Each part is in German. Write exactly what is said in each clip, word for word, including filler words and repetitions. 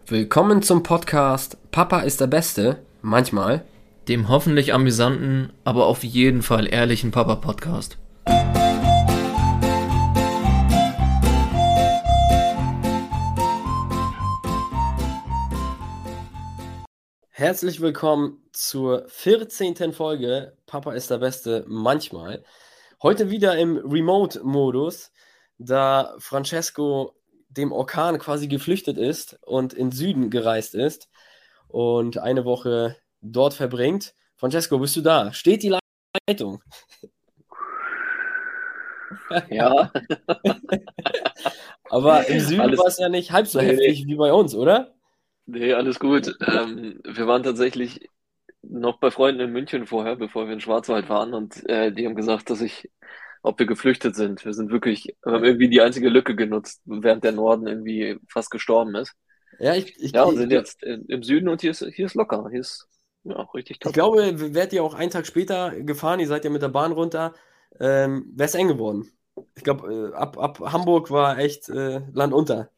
Willkommen zum Podcast Papa ist der Beste, manchmal. Dem hoffentlich amüsanten, aber auf jeden Fall ehrlichen Papa-Podcast. Herzlich willkommen zur vierzehnten Folge Papa ist der Beste, manchmal. Heute wieder im Remote-Modus, da Francesco dem Orkan quasi geflüchtet ist und in den Süden gereist ist und eine Woche dort verbringt. Francesco, bist du da? Steht die Leitung? Ja. Aber im Süden Alles- war es ja nicht halb so Nee, heftig wie bei uns, oder? Nee, alles gut. Ähm, wir waren tatsächlich noch bei Freunden in München vorher, bevor wir in Schwarzwald waren, und äh, die haben gesagt, dass ich, ob wir geflüchtet sind. Wir sind wirklich, wir haben irgendwie die einzige Lücke genutzt, während der Norden irgendwie fast gestorben ist. Ja, ich, ich, Ja, und ich, sind jetzt in, im Süden, und hier ist, hier ist locker. Hier ist ja auch richtig ich top. glaube, wärt ihr auch einen Tag später gefahren, ihr seid ja mit der Bahn runter, ähm, wäre es eng geworden. Ich glaube, äh, ab, ab Hamburg war echt äh, Land unter.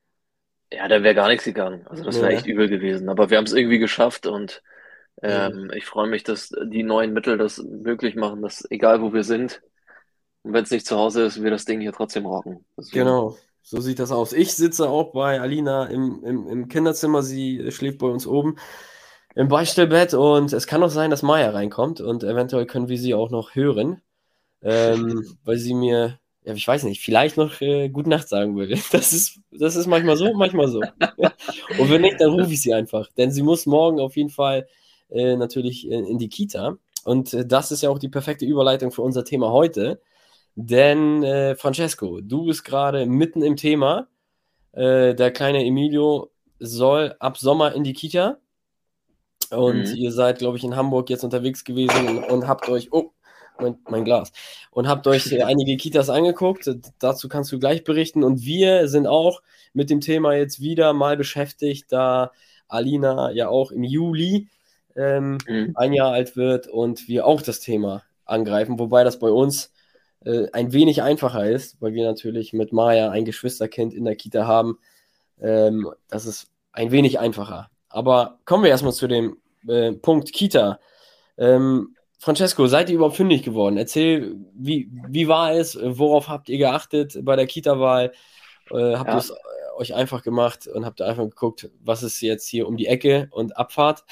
Ja, da wäre gar nichts gegangen. Also das wäre Ja. echt übel gewesen. Aber wir haben es irgendwie geschafft, und Ja. ähm, ich freue mich, dass die neuen Mittel das möglich machen, dass egal wo wir sind, und wenn es nicht zu Hause ist, wir das Ding hier trotzdem rocken. Deswegen, Genau, so sieht das aus. Ich sitze auch bei Alina im, im, im Kinderzimmer, sie schläft bei uns oben im Beistellbett und es kann auch sein, dass Maya reinkommt und eventuell können wir sie auch noch hören, ähm, weil sie mir, ja, ich weiß nicht, vielleicht noch äh, Gute Nacht sagen will. Das ist, das ist manchmal so, manchmal so. Und wenn nicht, dann rufe ich sie einfach, denn sie muss morgen auf jeden Fall äh, natürlich in, in die Kita und äh, das ist ja auch die perfekte Überleitung für unser Thema heute. Denn, äh, Francesco, du bist gerade mitten im Thema. Äh, der kleine Emilio soll ab Sommer in die Kita. Und Mhm. ihr seid, glaube ich, in Hamburg jetzt unterwegs gewesen und, und habt euch, oh, mein, mein Glas, und habt euch äh, einige Kitas angeguckt. Dazu kannst du gleich berichten. Und wir sind auch mit dem Thema jetzt wieder mal beschäftigt, da Alina ja auch im Juli ähm, Mhm. ein Jahr alt wird und wir auch das Thema angreifen, wobei das bei uns äh, ein wenig einfacher ist, weil wir natürlich mit Maya ein Geschwisterkind in der Kita haben. Ähm, das ist ein wenig einfacher. Aber kommen wir erstmal zu dem äh, Punkt Kita. Ähm, Francesco, seid ihr überhaupt fündig geworden? Erzähl, wie, wie war es? Worauf habt ihr geachtet bei der Kita-Wahl? Äh, habt ihr Ja, es äh, euch einfach gemacht und habt einfach geguckt, was ist jetzt hier um die Ecke und Abfahrt?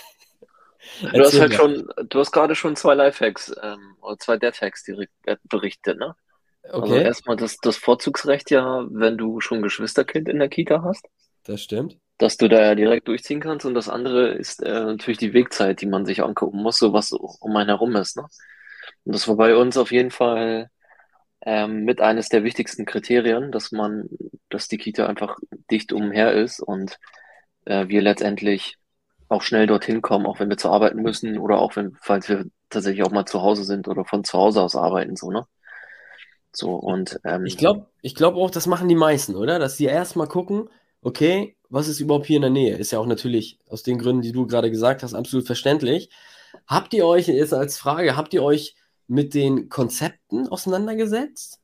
du hast Erzähl halt mal. schon, du hast gerade schon zwei Lifehacks ähm, oder zwei Dead-Hacks direkt äh, berichtet, ne? Also Okay, erstmal das, das Vorzugsrecht ja, wenn du schon Geschwisterkind in der Kita hast, das stimmt. dass du da ja direkt durchziehen kannst. Und das andere ist äh, natürlich die Wegzeit, die man sich angucken muss, so was so um einen herum ist, ne? Und das war bei uns auf jeden Fall ähm, mit eines der wichtigsten Kriterien, dass man, dass die Kita einfach dicht umher ist und äh, wir letztendlich auch schnell dorthin kommen, auch wenn wir zur Arbeit müssen oder auch wenn, falls wir tatsächlich auch mal zu Hause sind oder von zu Hause aus arbeiten, so, ne? So, und Ich ähm, glaube ich glaub auch, das machen die meisten, oder? Dass sie erstmal gucken, okay, was ist überhaupt hier in der Nähe? Ist ja auch natürlich aus den Gründen, die du gerade gesagt hast, absolut verständlich. Habt ihr euch, jetzt als Frage, habt ihr euch mit den Konzepten auseinandergesetzt?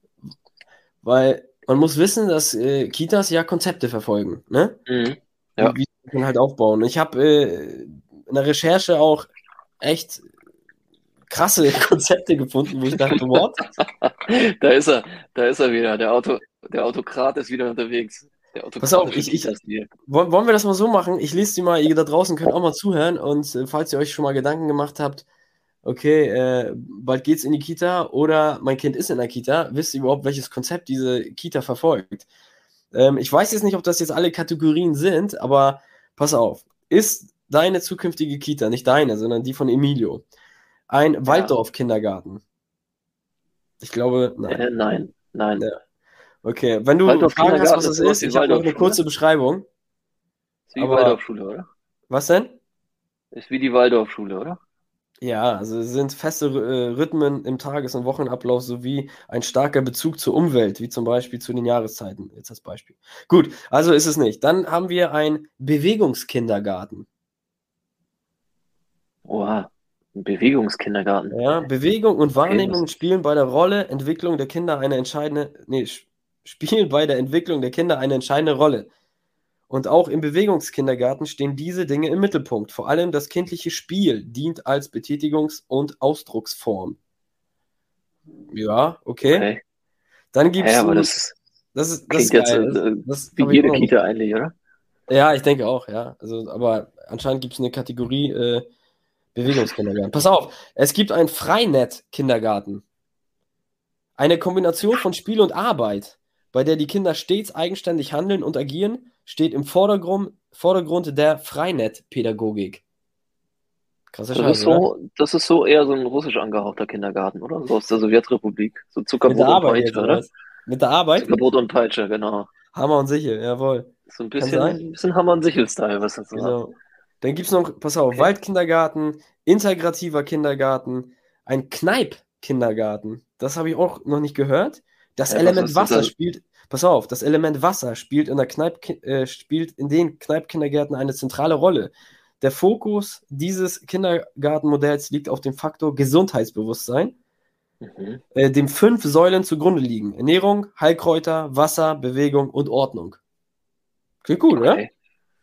Weil man muss wissen, dass äh, Kitas ja Konzepte verfolgen, ne? mhm, ja, Wie, wie sie man halt aufbauen. Ich habe äh, in der Recherche auch echt krasse Konzepte gefunden, wo ich dachte, what? da ist er, da ist er wieder, der Auto, der Autokrat ist wieder unterwegs, der Pass auf, autokratische ich, ich, Kita-Stil. wollen wollen wir das mal so machen? Ich lese die mal, ihr da draußen könnt auch mal zuhören und äh, falls ihr euch schon mal Gedanken gemacht habt, okay, äh, bald geht's in die Kita oder mein Kind ist in der Kita, wisst ihr überhaupt, welches Konzept diese Kita verfolgt? Ähm, ich weiß jetzt nicht, ob das jetzt alle Kategorien sind, aber pass auf. Ist deine zukünftige Kita, nicht deine, sondern die von Emilio, ein Ja, Waldorf-Kindergarten? Ich glaube, nein. äh, nein, nein. Ja. Okay, wenn du Fragen hast, Waldorf-Kindergarten was ist das sowas ist, wie ich habe noch eine Waldorfschule. kurze Beschreibung, Ist wie die aber Waldorfschule, oder? was denn? Ist wie die Waldorfschule, oder? Ja, also es sind feste äh, Rhythmen im Tages- und Wochenablauf sowie ein starker Bezug zur Umwelt, wie zum Beispiel zu den Jahreszeiten. Jetzt als Beispiel. Gut, also ist es nicht. Dann haben wir einen Bewegungskindergarten. Oha, ein Bewegungskindergarten. Ja, Bewegung und Okay, was? Wahrnehmung spielen bei der Rolle, Entwicklung der Kinder eine entscheidende, nee, sch- spielen bei der Entwicklung der Kinder eine entscheidende Rolle. Und auch im Bewegungskindergarten stehen diese Dinge im Mittelpunkt. Vor allem das kindliche Spiel dient als Betätigungs- und Ausdrucksform. Ja, okay. Okay. Dann gibt Hä, es aber ein, das das ist, das ist klingt jetzt geil. Das, äh, das wie habe ich auch jede noch nicht. Kita eigentlich, oder? Ja, ich denke auch, ja. Also, aber anscheinend gibt es eine Kategorie äh, Bewegungskindergarten. Pass auf, es gibt einen Freinett-Kindergarten. Eine Kombination von Spiel und Arbeit, bei der die Kinder stets eigenständig handeln und agieren, steht im Vordergrund, Vordergrund der Freinett-Pädagogik. Krasser Das Scheiß, ist oder? so, das ist so eher so ein russisch angehauchter Kindergarten, oder? So aus der Sowjetrepublik. So Mit der Zuckerbrot und Arbeit jetzt, Peitsche, oder oder? was? Mit der Arbeit? Zuckerbrot und Peitsche, genau. Hammer und Sichel, jawohl. So ein Kann bisschen, sein. ein bisschen Hammer- und Sichel-Style, was das so hat. Genau. Dann gibt es noch, pass auf, Okay. Waldkindergarten, integrativer Kindergarten, ein Kneipp-Kindergarten. Das habe ich auch noch nicht gehört. Das Hä, was Element ist Wasser das? spielt, pass auf, das Element Wasser spielt in der Kneipp, äh, spielt in den Kneipp-Kindergärten eine zentrale Rolle. Der Fokus dieses Kindergartenmodells liegt auf dem Faktor Gesundheitsbewusstsein, Mhm. äh, dem fünf Säulen zugrunde liegen. Ernährung, Heilkräuter, Wasser, Bewegung und Ordnung. Klingt gut, oder? Okay.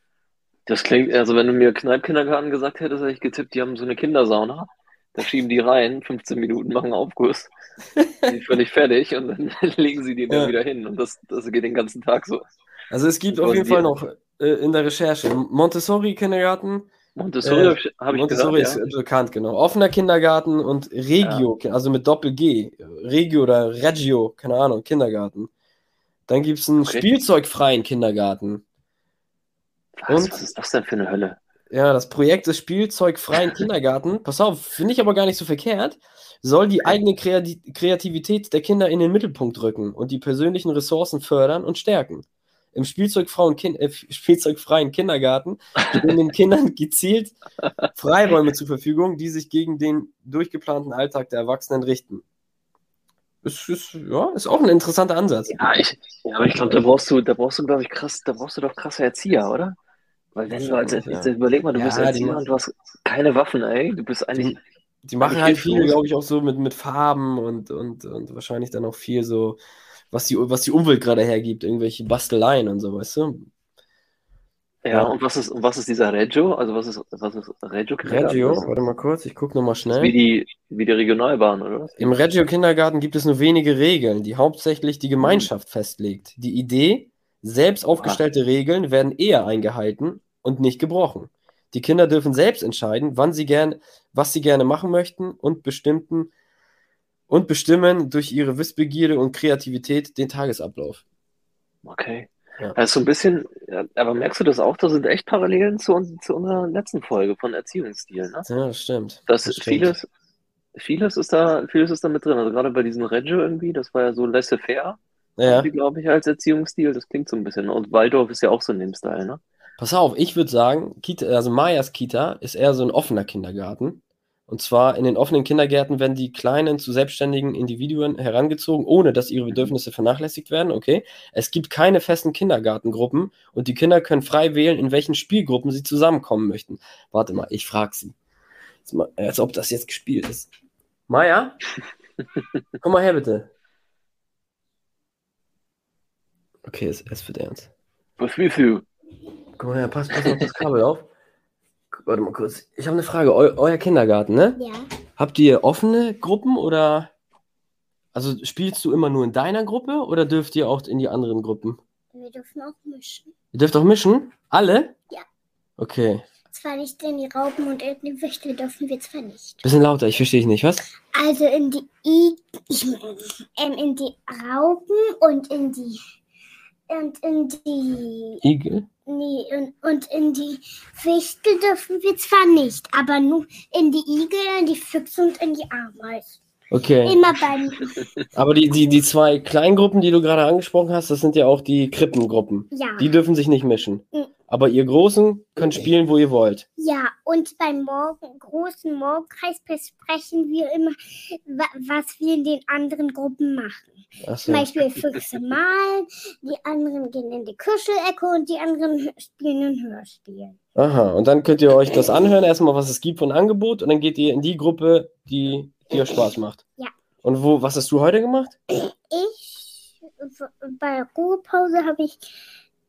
Das klingt, also wenn du mir Kneipp-Kindergarten gesagt hättest, hätte ich getippt, die haben so eine Kindersauna. Da schieben die rein, fünfzehn Minuten, machen Aufguss, sind völlig fertig und dann legen sie die da Ja. wieder hin. Und das, das geht den ganzen Tag so. Also es gibt auf Bevor sie jeden Fall die, noch äh, in der Recherche Montessori-Kindergarten. Montessori Äh, habe ich, hab ich gehört, Montessori ist ja. bekannt, genau. Offener Kindergarten und Ja. Regio, also mit Doppel-G. Regio oder Reggio, keine Ahnung, Kindergarten. Dann gibt es einen Okay. spielzeugfreien Kindergarten. Was, Und was ist das denn für eine Hölle? ja, das Projekt des spielzeugfreien Kindergarten, pass auf, finde ich aber gar nicht so verkehrt, soll die Okay. eigene Kreati Kreativität der Kinder in den Mittelpunkt rücken und die persönlichen Ressourcen fördern und stärken. Im spielzeugfreien, kind äh, spielzeugfreien Kindergarten stehen den Kindern gezielt Freiräume zur Verfügung, die sich gegen den durchgeplanten Alltag der Erwachsenen richten. Es ist, ja, ist auch ein interessanter Ansatz. Ja, ich, ja, aber ich glaube, da brauchst du, da brauchst du, glaube ich, krass, da brauchst du doch krasse Erzieher, oder? Weil wenn du als, Wahrscheinlich, jetzt ja. überleg mal, du bist Ja, die, Erzieher ma und du hast keine Waffen, ey. Du bist eigentlich, die, die machen eigentlich halt viel, hilflos. glaube ich, auch so mit, mit Farben und, und, und wahrscheinlich dann auch viel so, was die, was die Umwelt gerade hergibt, irgendwelche Basteleien und so, weißt du? Ja, Ja. und was ist, und was ist dieser Reggio? Also was ist, was ist Reggio-Kindergarten? Reggio, Das, warte mal kurz, ich gucke nochmal das ist wie schnell. die, wie die Regionalbahn, oder was? Im Reggio-Kindergarten gibt es nur wenige Regeln, die hauptsächlich die Hm. Gemeinschaft festlegt. Die Idee, selbst Oha. aufgestellte Regeln werden eher eingehalten und nicht gebrochen. Die Kinder dürfen selbst entscheiden, wann sie gern, was sie gerne machen möchten und bestimmten und bestimmen durch ihre Wissbegierde und Kreativität den Tagesablauf. Okay. Ja. Also so ein bisschen, ja, aber merkst du das auch? Da sind echt Parallelen zu, uns, zu unserer letzten Folge von Erziehungsstil, ne? Ja, das stimmt. Das Das stimmt. vieles, vieles ist da, vieles ist da mit drin. Also gerade bei diesem Reggio irgendwie, das war ja so laissez-faire, Ja. glaube ich, als Erziehungsstil. Das klingt so ein bisschen. Und Waldorf ist ja auch so in dem Style, ne? Pass auf, ich würde sagen, Kita, also Mayas Kita ist eher so ein offener Kindergarten. Und zwar in den offenen Kindergärten werden die Kleinen zu selbstständigen Individuen herangezogen, ohne dass ihre Bedürfnisse vernachlässigt werden, okay? Es gibt keine festen Kindergartengruppen und die Kinder können frei wählen, in welchen Spielgruppen sie zusammenkommen möchten. Warte mal, ich frage sie. Jetzt mal, als ob das jetzt gespielt ist. Maya? Komm mal her, bitte. Okay, es, es wird ernst. Was willst du? Komm mal her, pass, pass auf das Kabel auf. Warte mal kurz. Ich habe eine Frage. Eu euer Kindergarten, ne? Ja. Habt ihr offene Gruppen oder... Also spielst du immer nur in deiner Gruppe oder dürft ihr auch in die anderen Gruppen? Wir dürfen auch mischen. Ihr dürft auch mischen? Alle? Ja. Okay. Zwar nicht in die Raupen und in die Wichtel dürfen wir zwar nicht. Bisschen lauter, ich verstehe dich nicht, was? Also in die I ähm, in die Raupen und in die und in die Igel? nee, und, und in die Wichtel dürfen wir zwar nicht, aber nur in die Igel, in die Füchse und in die Ameisen. Okay. Immer beim Aber die, die, die zwei Kleingruppen, die du gerade angesprochen hast, das sind ja auch die Krippengruppen. ja. Die dürfen sich nicht mischen. Mhm. Aber ihr Großen könnt spielen, wo ihr wollt. Ja, und beim Morgen, großen Morgenkreis besprechen wir immer, wa- was wir in den anderen Gruppen machen. Ach so. Zum Beispiel Füchse malen, die anderen gehen in die Kuschelecke und die anderen spielen ein Hörspiel. Aha, und dann könnt ihr euch das anhören, erstmal, was es gibt von Angebot, und dann geht ihr in die Gruppe, die dir Spaß macht. Ja. Und wo, was hast du heute gemacht? Ich, w- bei Ruhepause habe ich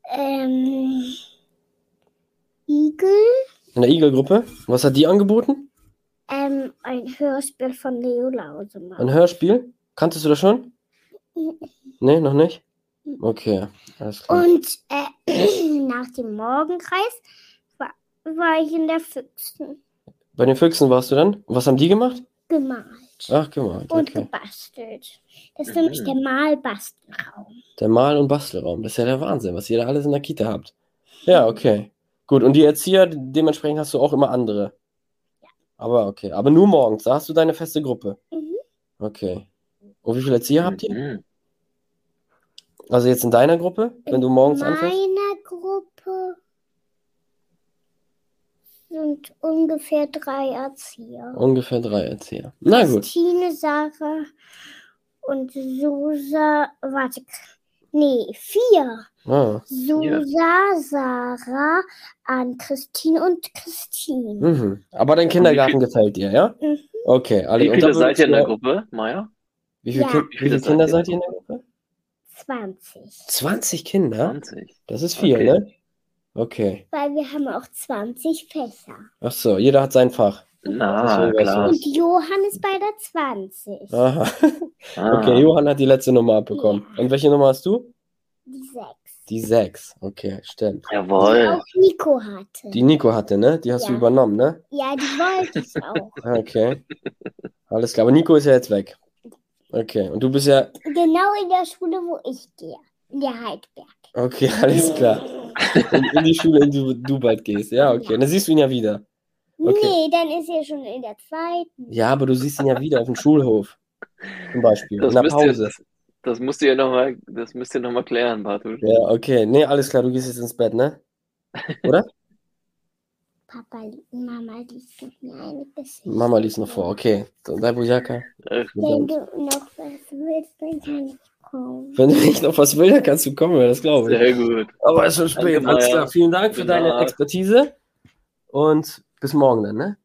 Ähm, Igel, In der Igel-Gruppe? Was hat die angeboten? ähm, ein Hörspiel von Leo Lausemann. Ein Hörspiel? Kanntest du das schon? Nee, noch nicht? Okay, alles klar. Und äh, nach dem Morgenkreis war, war ich in der Füchsen Bei den Füchsen warst du dann? Was haben die gemacht? gemalt Ach, gemalt, und okay. gebastelt. Das ist nämlich der Malbastelraum. Der Mal- und Bastelraum, das ist ja der Wahnsinn, was ihr da alles in der Kita habt. Ja, okay. Gut, und die Erzieher, dementsprechend hast du auch immer andere. Aber okay, aber nur morgens, da hast du deine feste Gruppe. Mhm. Okay. Und wie viele Erzieher habt ihr? Mhm. Also jetzt in deiner Gruppe, wenn du morgens in anfängst? meiner Gruppe sind ungefähr drei Erzieher. Ungefähr drei Erzieher. Na gut. Christine, Sarah und Susa. Warte. Nee, vier. Ah. Susa, Sarah, Ann-Christine und Christine. Mhm. Aber dein Kindergarten gefällt dir, ja? Mhm. Okay, alle. Wie und da viele seid ihr in der würdest Gruppe, Maja? du- Wie viele, Ja. Kin- wie viele Wie viele Kinder seid seid ihr in der Gruppe? zwanzig. zwanzig Kinder? zwanzig. Das ist viel, Okay. ne? Okay. Weil wir haben auch zwanzig Fächer. Ach so, jeder hat sein Fach. Na, Deswegen weißt du klar. Und Johann ist bei der zwanzig. Aha. Ah. Okay, Johann hat die letzte Nummer abbekommen. Ja. Und welche Nummer hast du? Die sechs. Die sechs. Okay, stimmt. Die Jawohl. auch Nico hatte. Die Nico hatte, ne? Die hast du Ja. übernommen, ne? Ja, die wollte ich auch. Okay. Alles klar. Aber Nico ist ja jetzt weg. Okay. Und du bist ja. Genau in der Schule, wo ich gehe. In der Heidberg. Okay, alles klar. In, in die Schule, in die du bald gehst. Ja, okay. Dann siehst du ihn ja wieder. Okay. Nee, dann ist er schon in der zweiten. Ja, aber du siehst ihn ja wieder auf dem Schulhof. Zum Beispiel. Das in der müsst ihr, Pause. das, das müsst ihr noch mal, das müsst ihr noch mal klären, Bartusch. Ja, okay. Nee, alles klar. Du gehst jetzt ins Bett, ne? Oder? Papa, Mama liest noch mir eine Geschichte. Mama liest noch vor. Okay. So, da, Bujaka. Äh, Wenn du noch was willst, dann kann ich kommen. Wenn du nicht noch was willst, dann kannst du kommen, das glaube ich. Sehr gut. Aber es ist schon spät. Danke, Alles Maja. klar. Vielen Dank für Gute deine Nacht. Expertise. Und bis morgen dann, ne?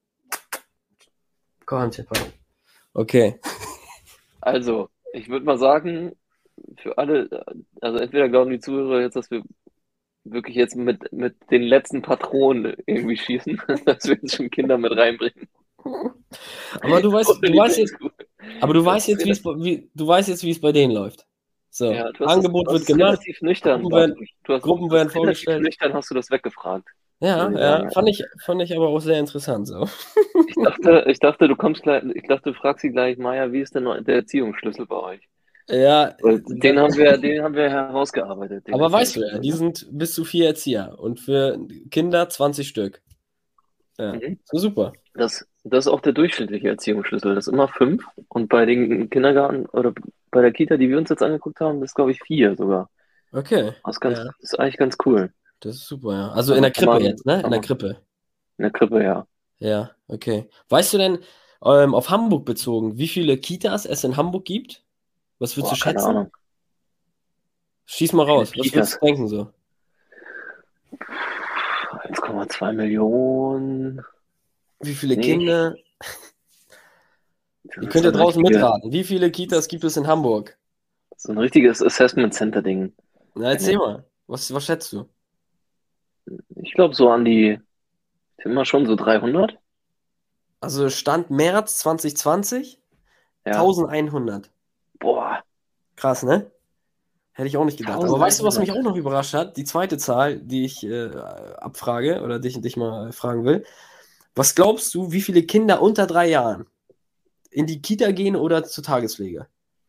Komm, Chipper. Okay. Also, ich würde mal sagen, für alle, also entweder glauben die Zuhörer jetzt, dass wir wirklich jetzt mit, mit den letzten Patronen irgendwie schießen, dass wir jetzt schon Kinder mit reinbringen. Aber du weißt, Oder du die weißt jetzt, denken, aber du Das weißt jetzt, ist wie es, wie, du weißt jetzt, wie es bei denen läuft. So, ja, du hast Angebot das, wird das gemacht. relativ nüchtern. Gruppen werden- Bartusch. Du hast, Gruppen das werden relativ vorgestellt. nüchtern hast du das weggefragt. Ja, Muss ich ja, sagen. fand ich, fand ich aber auch sehr interessant so. Ich dachte, ich dachte, du kommst gleich, ich dachte, du fragst sie gleich, Maja, wie ist denn der Erziehungsschlüssel bei euch? Ja, Weil den haben wir, den haben wir herausgearbeitet. Den aber weißt du ja, Erziehungsschlüssel. die sind bis zu vier Erzieher und für Kinder zwanzig Stück. Ja, Mhm. so super. Das, das ist auch der durchschnittliche Erziehungsschlüssel. Das ist immer fünf. Und bei den Kindergarten oder bei der Kita, die wir uns jetzt angeguckt haben, das ist, glaube ich, vier sogar. Okay, Das ist, ganz, Ja. das ist eigentlich ganz cool. das ist super, ja. Also Aber in der kann Krippe man- jetzt, ne? In kann der man- Krippe. In der Krippe, ja. Ja, okay. Weißt du denn, ähm, auf Hamburg bezogen, wie viele Kitas es in Hamburg gibt? Was würdest Boah, du keine schätzen? Ahnung. Schieß mal raus. Viele Was würdest du denken so? eins Komma zwei Millionen. Wie viele Nee. Kinder? Das Ihr ist könnt ja so ein draußen richtige- mitraten. Wie viele Kitas gibt es in Hamburg? So ein richtiges Assessment Center Ding. Na, erzähl mal. Was, was schätzt du? Ich glaube so an die, sind wir schon so dreihundert? Also Stand März zwanzig zwanzig, Ja. eintausendeinhundert. Boah. Krass, ne? Hätte ich auch nicht gedacht. Aber eintausendeinhundert. weißt du, was mich auch noch überrascht hat? Die zweite Zahl, die ich äh, abfrage oder dich, dich mal fragen will. Was glaubst du, wie viele Kinder unter drei Jahren in die Kita gehen oder zur Tagespflege?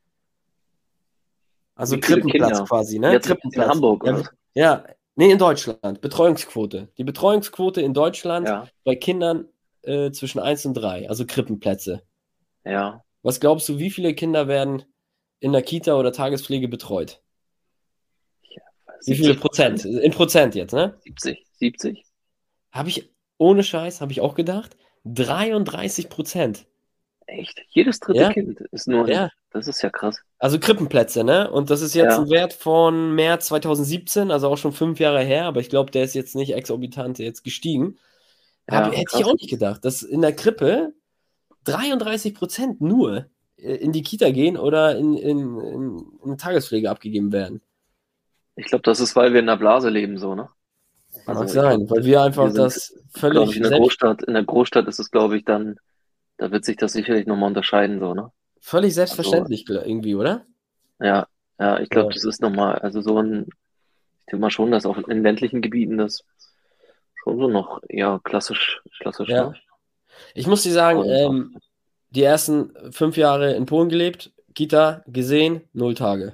Also Wie viele Krippenplatz Kinder? quasi, ne? Jetzt in Krippenplatz. Hamburg, Ja, oder was? ja, nee, in Deutschland. Betreuungsquote. Die Betreuungsquote in Deutschland Ja, bei Kindern äh, zwischen eins und drei, also Krippenplätze. ja. Was glaubst du, wie viele Kinder werden in der Kita oder Tagespflege betreut? Wie viele siebzig Prozent? In Prozent jetzt, ne? siebzig, siebzig. Habe ich, ohne Scheiß, habe ich auch gedacht, dreiunddreißig Prozent. Echt? Jedes dritte Ja. Kind ist nur, Ja. das ist ja krass. Also Krippenplätze, ne? Und das ist jetzt Ja. ein Wert von März zweitausendsiebzehn, also auch schon fünf Jahre her, aber ich glaube, der ist jetzt nicht exorbitant jetzt gestiegen. Ja, Hab, hätte krass. ich auch nicht gedacht, dass in der Krippe dreiunddreißig Prozent nur äh, in die Kita gehen oder in, in, in, in Tagespflege abgegeben werden. Ich glaube, das ist, weil wir in der Blase leben, so, ne? Mag Also ich sein, glaube, weil wir einfach wir sind, das glaube völlig ich, in der selbst, Großstadt, in der Großstadt ist es, glaube ich, dann, da wird sich das sicherlich nochmal unterscheiden, so, ne? völlig Also, selbstverständlich gl- irgendwie, oder? ja, ja, ich glaube, Ja. das ist nochmal, also so ein, ich denke mal schon, dass auch in ländlichen Gebieten das schon so noch eher klassisch, klassisch, Ja. ne? Ich muss dir sagen, Und ähm, die ersten fünf Jahre in Polen gelebt, Kita gesehen, null Tage.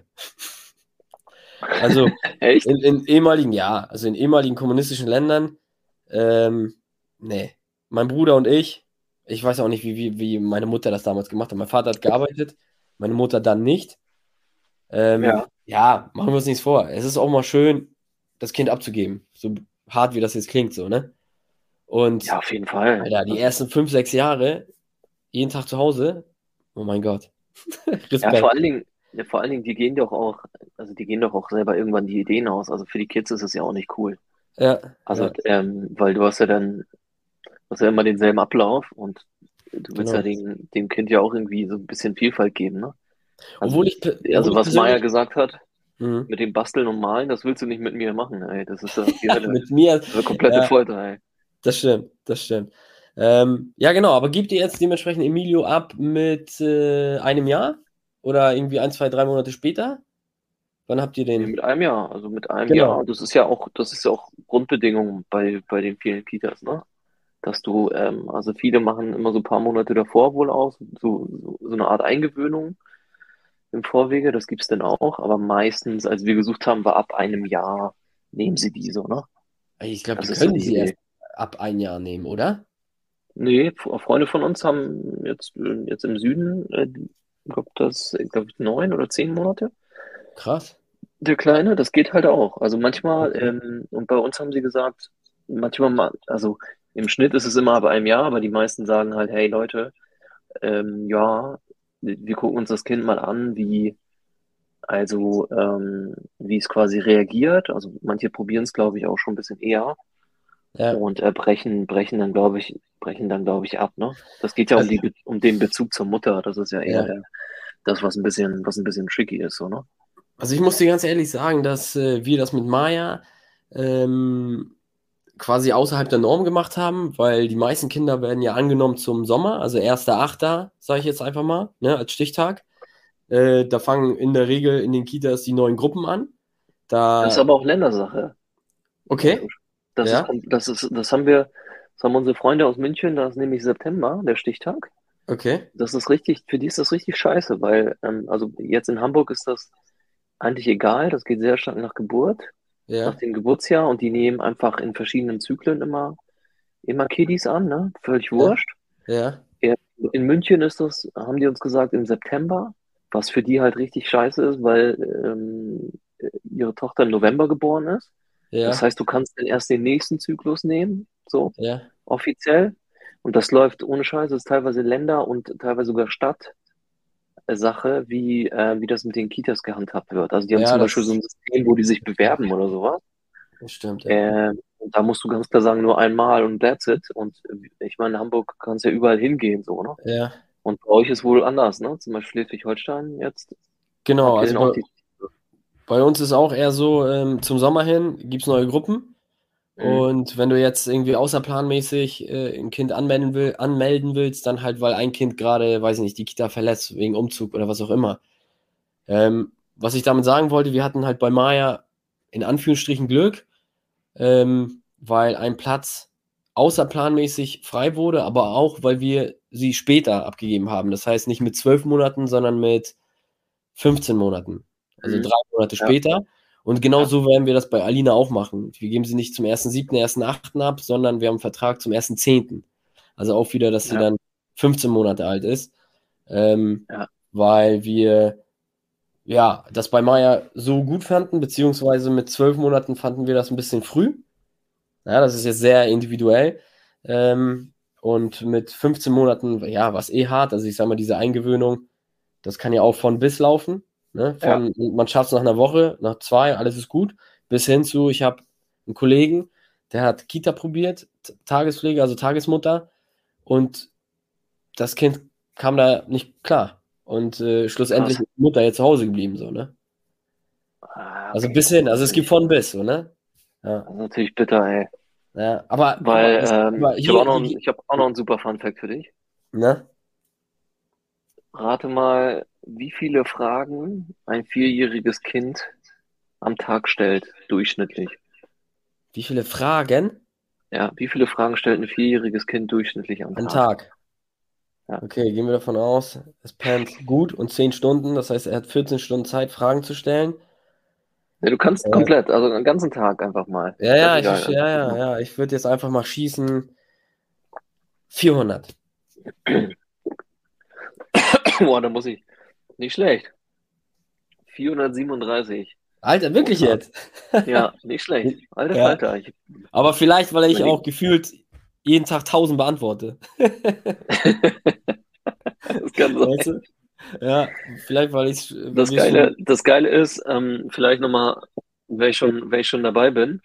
Also echt? in, in ehemaligen, ja, also in ehemaligen kommunistischen Ländern, ähm, nee. Mein Bruder und ich, ich weiß auch nicht, wie, wie, wie meine Mutter das damals gemacht hat. Mein Vater hat gearbeitet, meine Mutter dann nicht. Ähm, Ja, ja, machen wir uns nichts vor. Es ist auch mal schön, das Kind abzugeben. So hart, wie das jetzt klingt, so, ne? Und, ja, auf jeden Fall. Alter, die Also, ersten fünf, sechs Jahre, jeden Tag zu Hause, oh mein Gott. ja, vor Respekt. allen Dingen, ja, vor allen Dingen, die gehen doch auch, also die gehen doch auch selber irgendwann die Ideen aus. Also für die Kids ist es ja auch nicht cool. Ja, Also, ja, ähm, weil du hast ja dann, du hast ja immer denselben Ablauf und du willst ja genau. dem, dem Kind ja auch irgendwie so ein bisschen Vielfalt geben, ne? Also, Obwohl ich, pe- obwohl also ich was Maya persönlich, gesagt hat, mhm. mit dem Basteln und Malen, das willst du nicht mit mir machen, ey. Das ist ja die Hölle. Mit mir, Das ist ja komplette ja, Folter, ey. das stimmt, das stimmt. Ähm, ja, genau, aber gibt ihr jetzt dementsprechend Emilio ab mit äh, einem Jahr? Oder irgendwie ein, zwei, drei Monate später? Wann habt ihr Nee, den? mit einem Jahr, also mit einem Genau. Jahr. Das ist ja auch, das ist ja auch Grundbedingung bei, bei den vielen Kitas, ne? Dass du, ähm, also viele machen immer so ein paar Monate davor wohl aus, so, so, so eine Art Eingewöhnung im Vorwege, das gibt's dann auch, aber meistens, als wir gesucht haben, war ab einem Jahr, nehmen sie die so, ne? Ich glaube, Das die ist so können die sie erst Idee. ab ein Jahr nehmen, oder? Nee, F- Freunde von uns haben jetzt, äh, jetzt im Süden, äh, ich glaube, das, ich glaube, neun oder zehn Monate. Krass. Der Kleine, das geht halt auch. Also manchmal, Okay. ähm, und bei uns haben sie gesagt, manchmal, ma- also im Schnitt ist es immer ab einem Jahr, aber die meisten sagen halt, hey Leute, ähm, ja, wir gucken uns das Kind mal an, wie, also, ähm, wie es quasi reagiert. Also manche probieren es, glaube ich, auch schon ein bisschen eher Ja. und äh, brechen, brechen dann, glaube ich, brechen dann, glaube ich, ab, ne? Das geht ja um Also, die, Be- um den Bezug zur Mutter. Das ist ja eher ja. der, das, was ein bisschen, was ein bisschen tricky ist, so, ne? Also ich muss dir ganz ehrlich sagen, dass äh, wir das mit Maya ähm, quasi außerhalb der Norm gemacht haben, weil die meisten Kinder werden ja angenommen zum Sommer, also erster Achter, sage ich jetzt einfach mal, ne, als Stichtag. Äh, da fangen in der Regel in den Kitas die neuen Gruppen an. Das ist Da, aber auch Ländersache. okay, Mathusch. Das ist, ja, kom- das ist, das haben wir, das haben unsere Freunde aus München, da ist nämlich September, der Stichtag. okay, Das ist richtig, für die ist das richtig scheiße, weil, ähm, also jetzt in Hamburg ist das eigentlich egal, das geht sehr stark nach Geburt, nach ja, dem Geburtsjahr und die nehmen einfach in verschiedenen Zyklen immer, immer Kiddies an, ne? Völlig ja, wurscht. ja, Ja, in München ist das, haben die uns gesagt, im September, was für die halt richtig scheiße ist, weil ähm, ihre Tochter im November geboren ist. Das ja, heißt, du kannst dann erst den nächsten Zyklus nehmen, so ja, offiziell. Und das läuft ohne Scheiß, das ist teilweise Länder und teilweise sogar Stadtsache, wie, äh, wie das mit den Kitas gehandhabt wird. Also die haben ja, zum Beispiel so das, ein System, wo die sich bewerben oder sowas. das stimmt, ja. Ähm, und da musst du ganz klar sagen, nur einmal und that's it. Und äh, ich meine, in Hamburg kannst ja überall hingehen, so, ne? Ja, Und bei euch ist wohl anders, ne? Zum Beispiel Schleswig-Holstein jetzt. genau, Habt ihr also denn auch bei, die. bei uns ist auch eher so, ähm, zum Sommer hin gibt es neue Gruppen. Mhm. Und wenn du jetzt irgendwie außerplanmäßig äh, ein Kind anmelden, will, anmelden willst, dann halt, weil ein Kind gerade, weiß ich nicht, die Kita verlässt, wegen Umzug oder was auch immer. Ähm, was ich damit sagen wollte, wir hatten halt bei Maya in Anführungsstrichen Glück, ähm, weil ein Platz außerplanmäßig frei wurde, aber auch, weil wir sie später abgegeben haben. Das heißt nicht mit zwölf Monaten, sondern mit fünfzehn Monaten. Also Mhm. drei Monate Ja, später. Und genau ja, so werden wir das bei Alina auch machen. Wir geben sie nicht zum ersten siebten, ersten achten ab, sondern wir haben einen Vertrag zum ersten zehnten. Also auch wieder, dass sie ja, dann fünfzehn Monate alt ist. Ähm, ja, weil wir ja das bei Maya so gut fanden, beziehungsweise mit zwölf Monaten fanden wir das ein bisschen früh. Ja, das ist jetzt sehr individuell. Ähm, und mit fünfzehn Monaten, ja, war es eh hart. Also ich sage mal, diese Eingewöhnung, das kann ja auch von bis laufen. Ne? ja, Von, man schafft es nach einer Woche, nach zwei, alles ist gut. Bis hin zu, ich habe einen Kollegen, der hat Kita probiert, T- Tagespflege, also Tagesmutter. Und das Kind kam da nicht klar. Und äh, schlussendlich krass. ist die Mutter jetzt zu Hause geblieben. So, ne? Ah, Also bis hin, also es gibt von bis, so, ne? Ja, Das ist natürlich bitter, ey. ja. Aber guck mal, Weil das, ähm, guck mal, ich habe hier, auch noch, hier, ein- ich hab auch noch einen super Fun-Fact für dich. ne? Rate mal, wie viele Fragen ein vierjähriges Kind am Tag stellt, durchschnittlich. Wie viele Fragen Ja, wie viele Fragen stellt ein vierjähriges Kind durchschnittlich am am Tag? Tag? Ja. Okay, gehen wir davon aus, es pennt gut und zehn Stunden, das heißt, er hat vierzehn Stunden Zeit, Fragen zu stellen. Ja, du kannst Äh, komplett, also den ganzen Tag einfach mal. ja, ja, ich, Scheißegal, ich- ja, einfach ja, mal. ja, ich würde jetzt einfach mal schießen. vierhundert. Boah, da muss ich. Nicht schlecht. vierhundertsiebenunddreißig Alter, pro wirklich Tag. jetzt? Ja, nicht schlecht. Alter Ja, Falter. Ich aber vielleicht, weil ich auch überleg. gefühlt jeden Tag tausend beantworte. Das kann Weißt sein. du? Ja, vielleicht, weil ich, weil Das wir Geile, schon, das Geile ist, ähm, vielleicht nochmal, wenn ich schon, wenn ich schon dabei bin,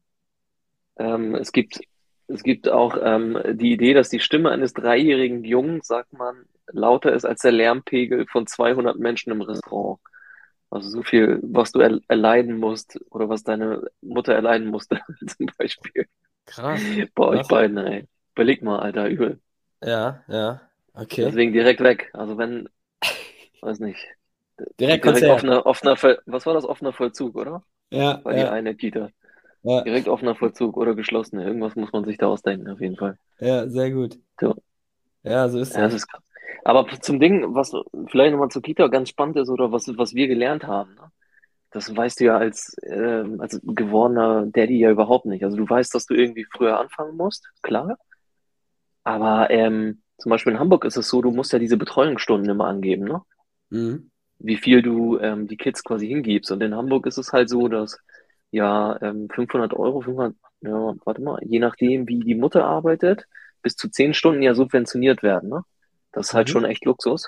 ähm, es gibt, es gibt auch ähm, die Idee, dass die Stimme eines dreijährigen Jungen, sagt man, lauter ist als der Lärmpegel von zweihundert Menschen im Restaurant. Also so viel, was du er erleiden musst oder was deine Mutter erleiden musste, zum Beispiel. krass, Bei euch krass. beiden, ey. Überleg mal, Alter, übel. Ja, ja, okay. Deswegen direkt weg. Also wenn, weiß nicht, Direkt direkt Konzert. offener, offener, Ver- was war das, offener Vollzug, oder? Ja, War die ja, eine Kita. ja, Direkt offener Vollzug oder geschlossene. Irgendwas muss man sich da ausdenken, auf jeden Fall. ja, sehr gut. So, Ja, so ist ja, das das. ist krass. Aber zum Ding, was vielleicht nochmal zur Kita ganz spannend ist oder was, was wir gelernt haben, ne? Das weißt du ja als, ähm, als gewordener Daddy ja überhaupt nicht. Also du weißt, dass du irgendwie früher anfangen musst, klar. Aber ähm, zum Beispiel in Hamburg ist es so, du musst ja diese Betreuungsstunden immer angeben, ne? Mhm. Wie viel du ähm, die Kids quasi hingibst. Und in Hamburg ist es halt so, dass ja ähm, fünfhundert Euro, fünfhundert, ja, warte mal, je nachdem, wie die Mutter arbeitet, bis zu zehn Stunden ja subventioniert werden, ne? Das ist halt Mhm. schon echt Luxus.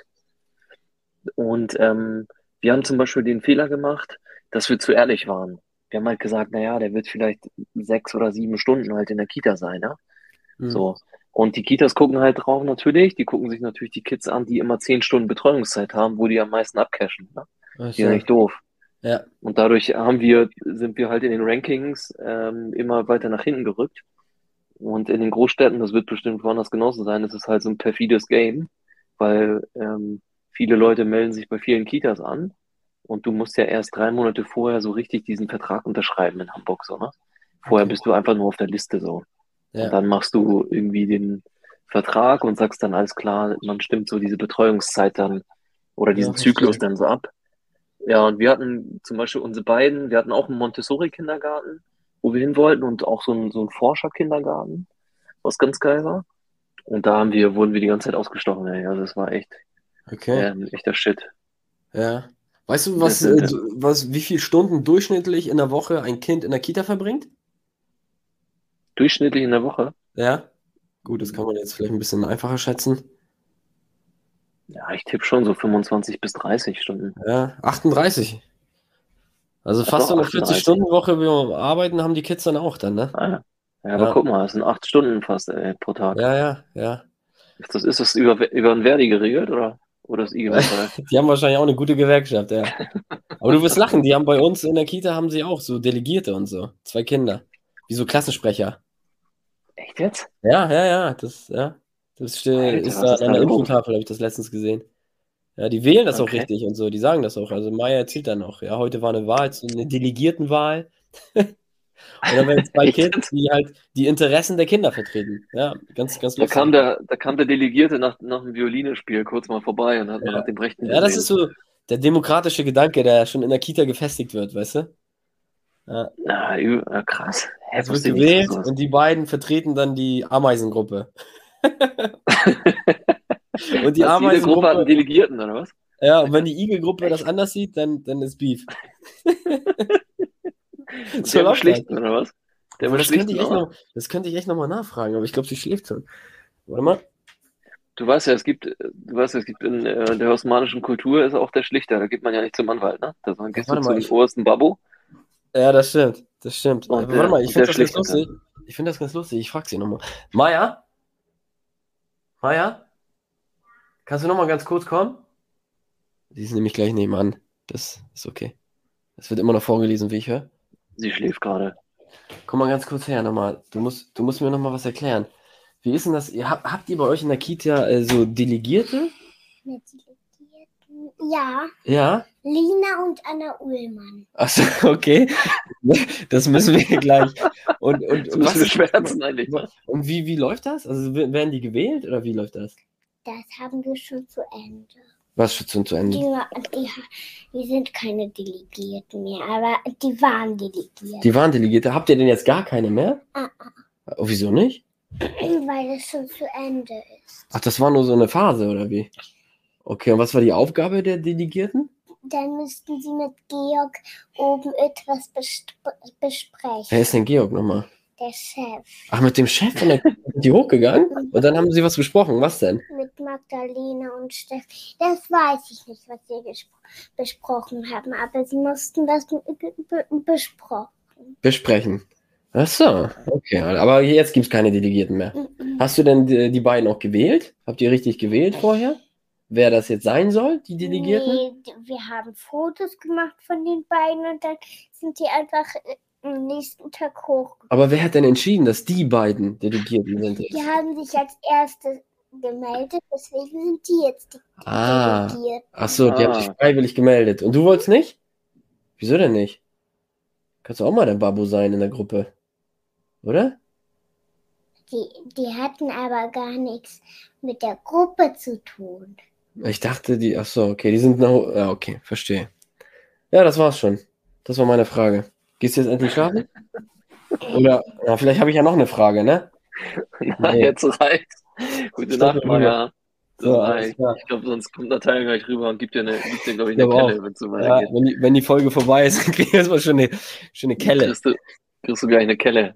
Und ähm, wir haben zum Beispiel den Fehler gemacht, dass wir zu ehrlich waren. Wir haben halt gesagt, naja, der wird vielleicht sechs oder sieben Stunden halt in der Kita sein, ne? Mhm. So. Und die Kitas gucken halt drauf natürlich. Die gucken sich natürlich die Kids an, die immer zehn Stunden Betreuungszeit haben, wo die am meisten abcashen. Ne? Ach Die sind so. nicht doof. Ja, Und dadurch haben wir, sind wir halt in den Rankings ähm, immer weiter nach hinten gerückt. Und in den Großstädten, das wird bestimmt woanders genauso sein, das ist halt so ein perfides Game, weil ähm, viele Leute melden sich bei vielen Kitas an und du musst ja erst drei Monate vorher so richtig diesen Vertrag unterschreiben in Hamburg, so, ne? Vorher okay. bist du einfach nur auf der Liste so. Und Ja, dann machst du irgendwie den Vertrag und sagst dann alles klar, man stimmt so diese Betreuungszeit dann oder ja, diesen Zyklus verstehe. dann so ab. Ja, und wir hatten zum Beispiel unsere beiden, wir hatten auch einen Montessori-Kindergarten, wo wir hin wollten und auch so einen, so einen Forscher-Kindergarten, was ganz geil war. Und da haben wir, wurden wir die ganze Zeit ausgestochen, ey. Also das war echt, Okay. ähm, echter Shit. Ja. Weißt du, Das was, äh, sind äh, du- was, wie viele Stunden durchschnittlich in der Woche ein Kind in der Kita verbringt? durchschnittlich in der Woche. Ja. Gut, das kann man jetzt vielleicht ein bisschen einfacher schätzen. Ja, ich tippe schon so fünfundzwanzig bis dreißig Stunden. Ja, achtunddreißig. Also Ach fast doch, so eine achtunddreißig. vierzig-Stunden-Woche, wie wir arbeiten, haben die Kids dann auch dann, ne? Ah, ja. Ja, aber Ja, guck mal, das sind acht Stunden fast, ey, pro Tag. ja, ja, ja. Ist das, ist das über, über ein Verdi geregelt oder, oder ist I G Metall? Die haben wahrscheinlich auch eine gute Gewerkschaft, ja. Aber du wirst lachen, die haben bei uns in der Kita haben sie auch so Delegierte und so. Zwei Kinder. Wie so Klassensprecher. Echt jetzt? Ja, ja, ja. Das, ja. Das ste- Alter, ist was da ist an da der los? Infotafel, habe ich das letztens gesehen. Ja, die wählen das auch Okay. richtig und so, die sagen das auch. Also Maya erzählt dann auch, ja, heute war eine Wahl, so eine Delegiertenwahl. Und dann werden zwei Echt Kids, jetzt? die halt die Interessen der Kinder vertreten. Ja, ganz, ganz Da kam lustig. der, da kam der Delegierte nach, nach dem Violinespiel kurz mal vorbei und hat mal nach dem Rechten Ja, das ist gesehen. so der demokratische Gedanke, der schon in der Kita gefestigt wird, weißt du? Ja, Na, ü- ja, krass. Hä, es wird wusste ich nicht, dass es gewählt sowas. und die beiden vertreten dann die Ameisengruppe. Und die Was, jede Gruppe hat einen Ameisengruppe, Delegierten, oder was? ja, und wenn die Igelgruppe das Echt? anders sieht, dann, dann ist Beef. Und So der muss läuft das. schlichten, oder was? Der Obwohl, muss das könnte schlichten ich echt auch. noch, das könnte ich echt noch mal nachfragen, aber ich glaube, sie schläft schon. Warte mal. Du weißt ja, es gibt, äh, du weißt ja, es gibt in äh, der osmanischen Kultur ist auch der Schlichter. Da geht man ja nicht zum Anwalt, ne? Da dann Ja, gehst du warte zu mal, dem ich, obersten Babbo ja, das stimmt, das stimmt. und Aber warte der, mal, ich und finde der das ganz schlichtet lustig. dann. Ich finde das ganz lustig. Ich frage sie nochmal. Maya? Maya? Kannst du nochmal ganz kurz kommen? Sie ist nämlich gleich nebenan. Das ist okay. Es wird immer noch vorgelesen, wie ich höre. Sie schläft gerade. Komm mal ganz kurz her nochmal. Du musst, du musst mir nochmal was erklären. Wie ist denn das? Ihr habt, habt ihr bei euch in der Kita äh, so Delegierte? Mit Delegierten. Ja, Ja? Lina und Anna Ullmann. Achso, okay. Das müssen wir gleich. Und, und, Das und, müssen was wir ist, schwärzen eigentlich. Ne? und wie, wie läuft das? Also w- werden die gewählt oder wie läuft das? Das haben wir schon zu Ende. Was schon zu Die, Ende? wa- die, wir sind keine Delegierten mehr, aber die waren delegiert. Die waren Delegierte. Habt ihr denn jetzt gar keine mehr? Ah, Oh, wieso nicht? Weil es schon zu Ende ist. Ach, das war nur so eine Phase, oder wie? Okay, und was war die Aufgabe der Delegierten? Dann müssten sie mit Georg oben etwas best- Wer besprechen. ist denn Georg nochmal? Der Chef. Ach, mit dem Chef von der sind die hochgegangen? Und dann haben sie was besprochen. Was denn? Mit Magdalena und Steff. Das weiß ich nicht, was sie gespro- besprochen haben, aber sie mussten das be- be- besprochen. Besprechen. Ach so, okay. Aber jetzt gibt es keine Delegierten mehr. Hast du denn die, die beiden auch gewählt? Habt ihr richtig gewählt vorher? Wer das jetzt sein soll, die Delegierten? Nee, d- wir haben Fotos gemacht von den beiden und dann sind die einfach äh, am nächsten Tag hochgekommen. Aber wer hat denn entschieden, dass die beiden Delegierten sind Die jetzt? haben sich als Erste gemeldet, deswegen sind die jetzt die Ah, Delegierten. ach so, die haben sich Ah. freiwillig gemeldet. Und du wolltest nicht? Wieso denn nicht? Kannst du auch mal der Babu sein in der Gruppe, oder? Die, die hatten aber gar nichts mit der Gruppe zu tun. Ich dachte, die, ach so, okay, die sind nach, ja, okay, verstehe. Ja, das war's schon. Das war meine Frage. Gehst du jetzt endlich schlafen? Oder, ja, vielleicht habe ich ja noch eine Frage, ne? Na, Nee. jetzt reicht's. Gute Ich Nacht, dachte, Maja. So, So, alles ich klar. ich glaube, sonst kommt Natalia gleich rüber und gibt dir, eine, gibt dir glaube ich, Ich eine glaube Kelle, auch. wenn es so Ja, weitergeht. wenn die, wenn die Folge vorbei ist, dann kriegen wir erstmal schon eine schöne Kelle. Kriegst du, kriegst du gleich eine Kelle.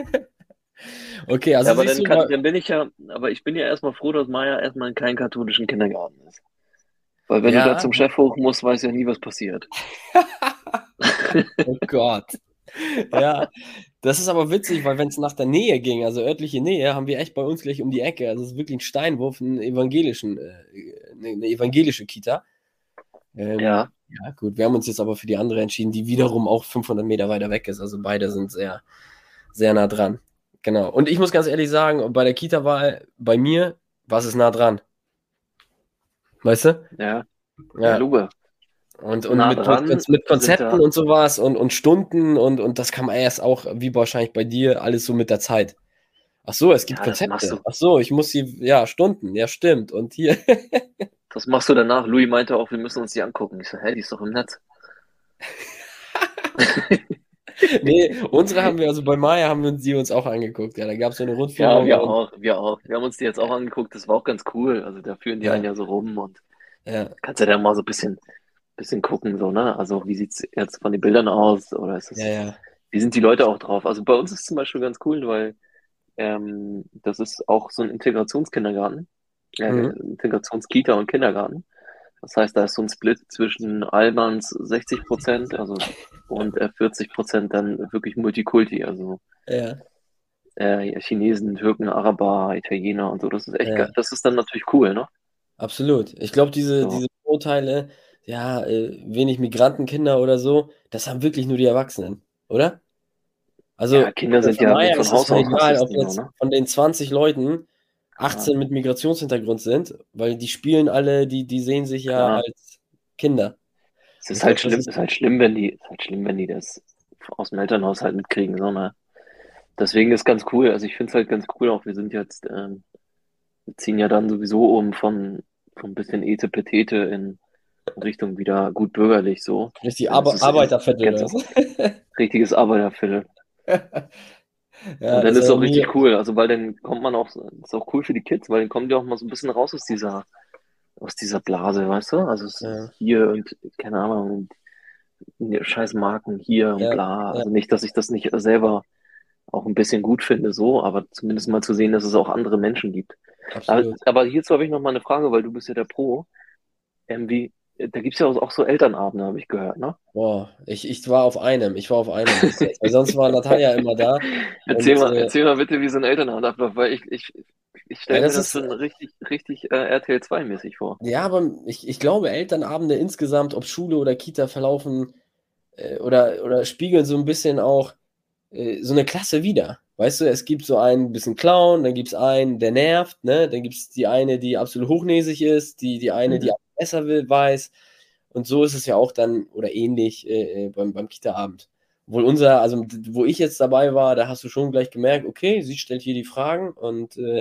Okay, also Ja, aber siehst dann, du kann, mal, dann bin ich ja, aber ich bin ja erstmal froh, dass Maja erstmal in keinem katholischen Kindergarten ist. Weil wenn Ja. du da zum Chef hoch musst, weiß ja nie, was passiert. oh Gott. Ja, das ist aber witzig, weil wenn es nach der Nähe ging, also örtliche Nähe, haben wir echt bei uns gleich um die Ecke, also es ist wirklich ein Steinwurf, einen evangelischen, äh, eine, eine evangelische Kita. Ähm, Ja. Ja, gut, wir haben uns jetzt aber für die andere entschieden, die wiederum auch fünfhundert Meter weiter weg ist, also beide sind sehr, sehr nah dran. Genau. Und ich muss ganz ehrlich sagen, bei der Kita-Wahl, bei mir, was ist nah dran? Weißt du? Ja, ja, Ja. Luge. Und, und Nah mit, dran mit, mit Konzepten sind da- und sowas und, und Stunden und, und das kann man erst auch, wie wahrscheinlich bei dir, alles so mit der Zeit. Ach so, es gibt Ja, das machst Konzepte. du. Ach so, ich muss sie, ja, Stunden, ja, stimmt. Und hier, Das machst du danach. Louis meinte auch, wir müssen uns die angucken. Ich so, hä, die ist doch im Netz. nee, unsere haben wir, also bei Maya haben wir uns die uns auch angeguckt. Ja, da gab es so eine Ja, Rundführung. wir und, auch, wir auch. Wir haben uns die jetzt auch angeguckt. Das war auch ganz cool. Also da führen die Ja. einen ja so rum und ja, kannst ja dann mal so ein bisschen, bisschen gucken, so, ne? Also wie sieht's jetzt von den Bildern aus? Oder ist es, ja, ja. wie sind die Leute auch drauf? Also bei uns ist es zum Beispiel ganz cool, weil ähm, das ist auch so ein Integrationskindergarten, äh, Mhm. Integrationskita und Kindergarten. Das heißt, da ist so ein Split zwischen Almans sechzig Prozent, also und äh, vierzig Prozent dann wirklich Multikulti, also Ja, äh, Chinesen, Türken, Araber, Italiener und so. Das ist echt Ja. geil. Das ist dann natürlich cool, ne? absolut. Ich glaube, diese, So. diese Vorurteile, ja, äh, wenig Migrantenkinder oder so, das haben wirklich nur die Erwachsenen, oder? Also, Ja, Kinder sind für ja Maya von ist es Haus ja aus egal, ob Rassisten, jetzt so, ne? von den zwanzig Leuten achtzehn mit Migrationshintergrund sind, weil die spielen alle, die, die sehen sich ja Klar. als Kinder. Es ist Ich halt glaub, schlimm, das es ist- ist halt schlimm, wenn die, es ist halt schlimm, wenn die das aus dem Elternhaushalt mitkriegen, so, ne? Deswegen ist ganz cool. Also ich finde es halt ganz cool auch. Wir sind jetzt, ähm, wir ziehen ja dann sowieso um von, von ein bisschen Etepetete in Richtung wieder gut bürgerlich, so. Richtig Das Arbe ist- Arbeiterviertel ganz oder was? Richtiges Arbeiterviertel. Ja, Und dann das ist es war auch richtig mir- cool. Also, weil dann kommt man auch, ist auch cool für die Kids, weil dann kommen die auch mal so ein bisschen raus aus dieser, aus dieser Blase, weißt du? Also, es Ja. ist hier und, keine Ahnung, und scheiß Marken hier und Ja, bla. ja. Also nicht, dass ich das nicht selber auch ein bisschen gut finde, so, aber zumindest mal zu sehen, dass es auch andere Menschen gibt. Aber, Absolut. aber hierzu habe ich noch mal eine Frage, weil du bist ja der Pro. Ähm, wie, da gibt's ja auch, auch so Elternabende, habe ich gehört, ne? Boah, ich, ich war auf einem, ich war auf einem bis jetzt, weil sonst war Natalia immer da. Erzähl Und, mal, äh, erzähl mal bitte, wie so ein Elternabend abläuft, weil ich, ich, ich stelle Ja, mir das das ist- schon richtig, richtig äh, R T L zwei mäßig vor. Ja, aber ich, ich glaube, Elternabende insgesamt, ob Schule oder Kita, verlaufen äh, oder, oder spiegeln so ein bisschen auch äh, so eine Klasse wider. Weißt du, es gibt so einen bisschen Clown, dann gibt es einen, der nervt, ne? Dann gibt es die eine, die absolut hochnäsig ist, die, die eine, die Mhm. besser will, weiß. Und so ist es ja auch dann oder ähnlich äh, äh, beim, beim Kita-Abend. Obwohl unser, also wo ich jetzt dabei war, da hast du schon gleich gemerkt, okay, sie stellt hier die Fragen und äh,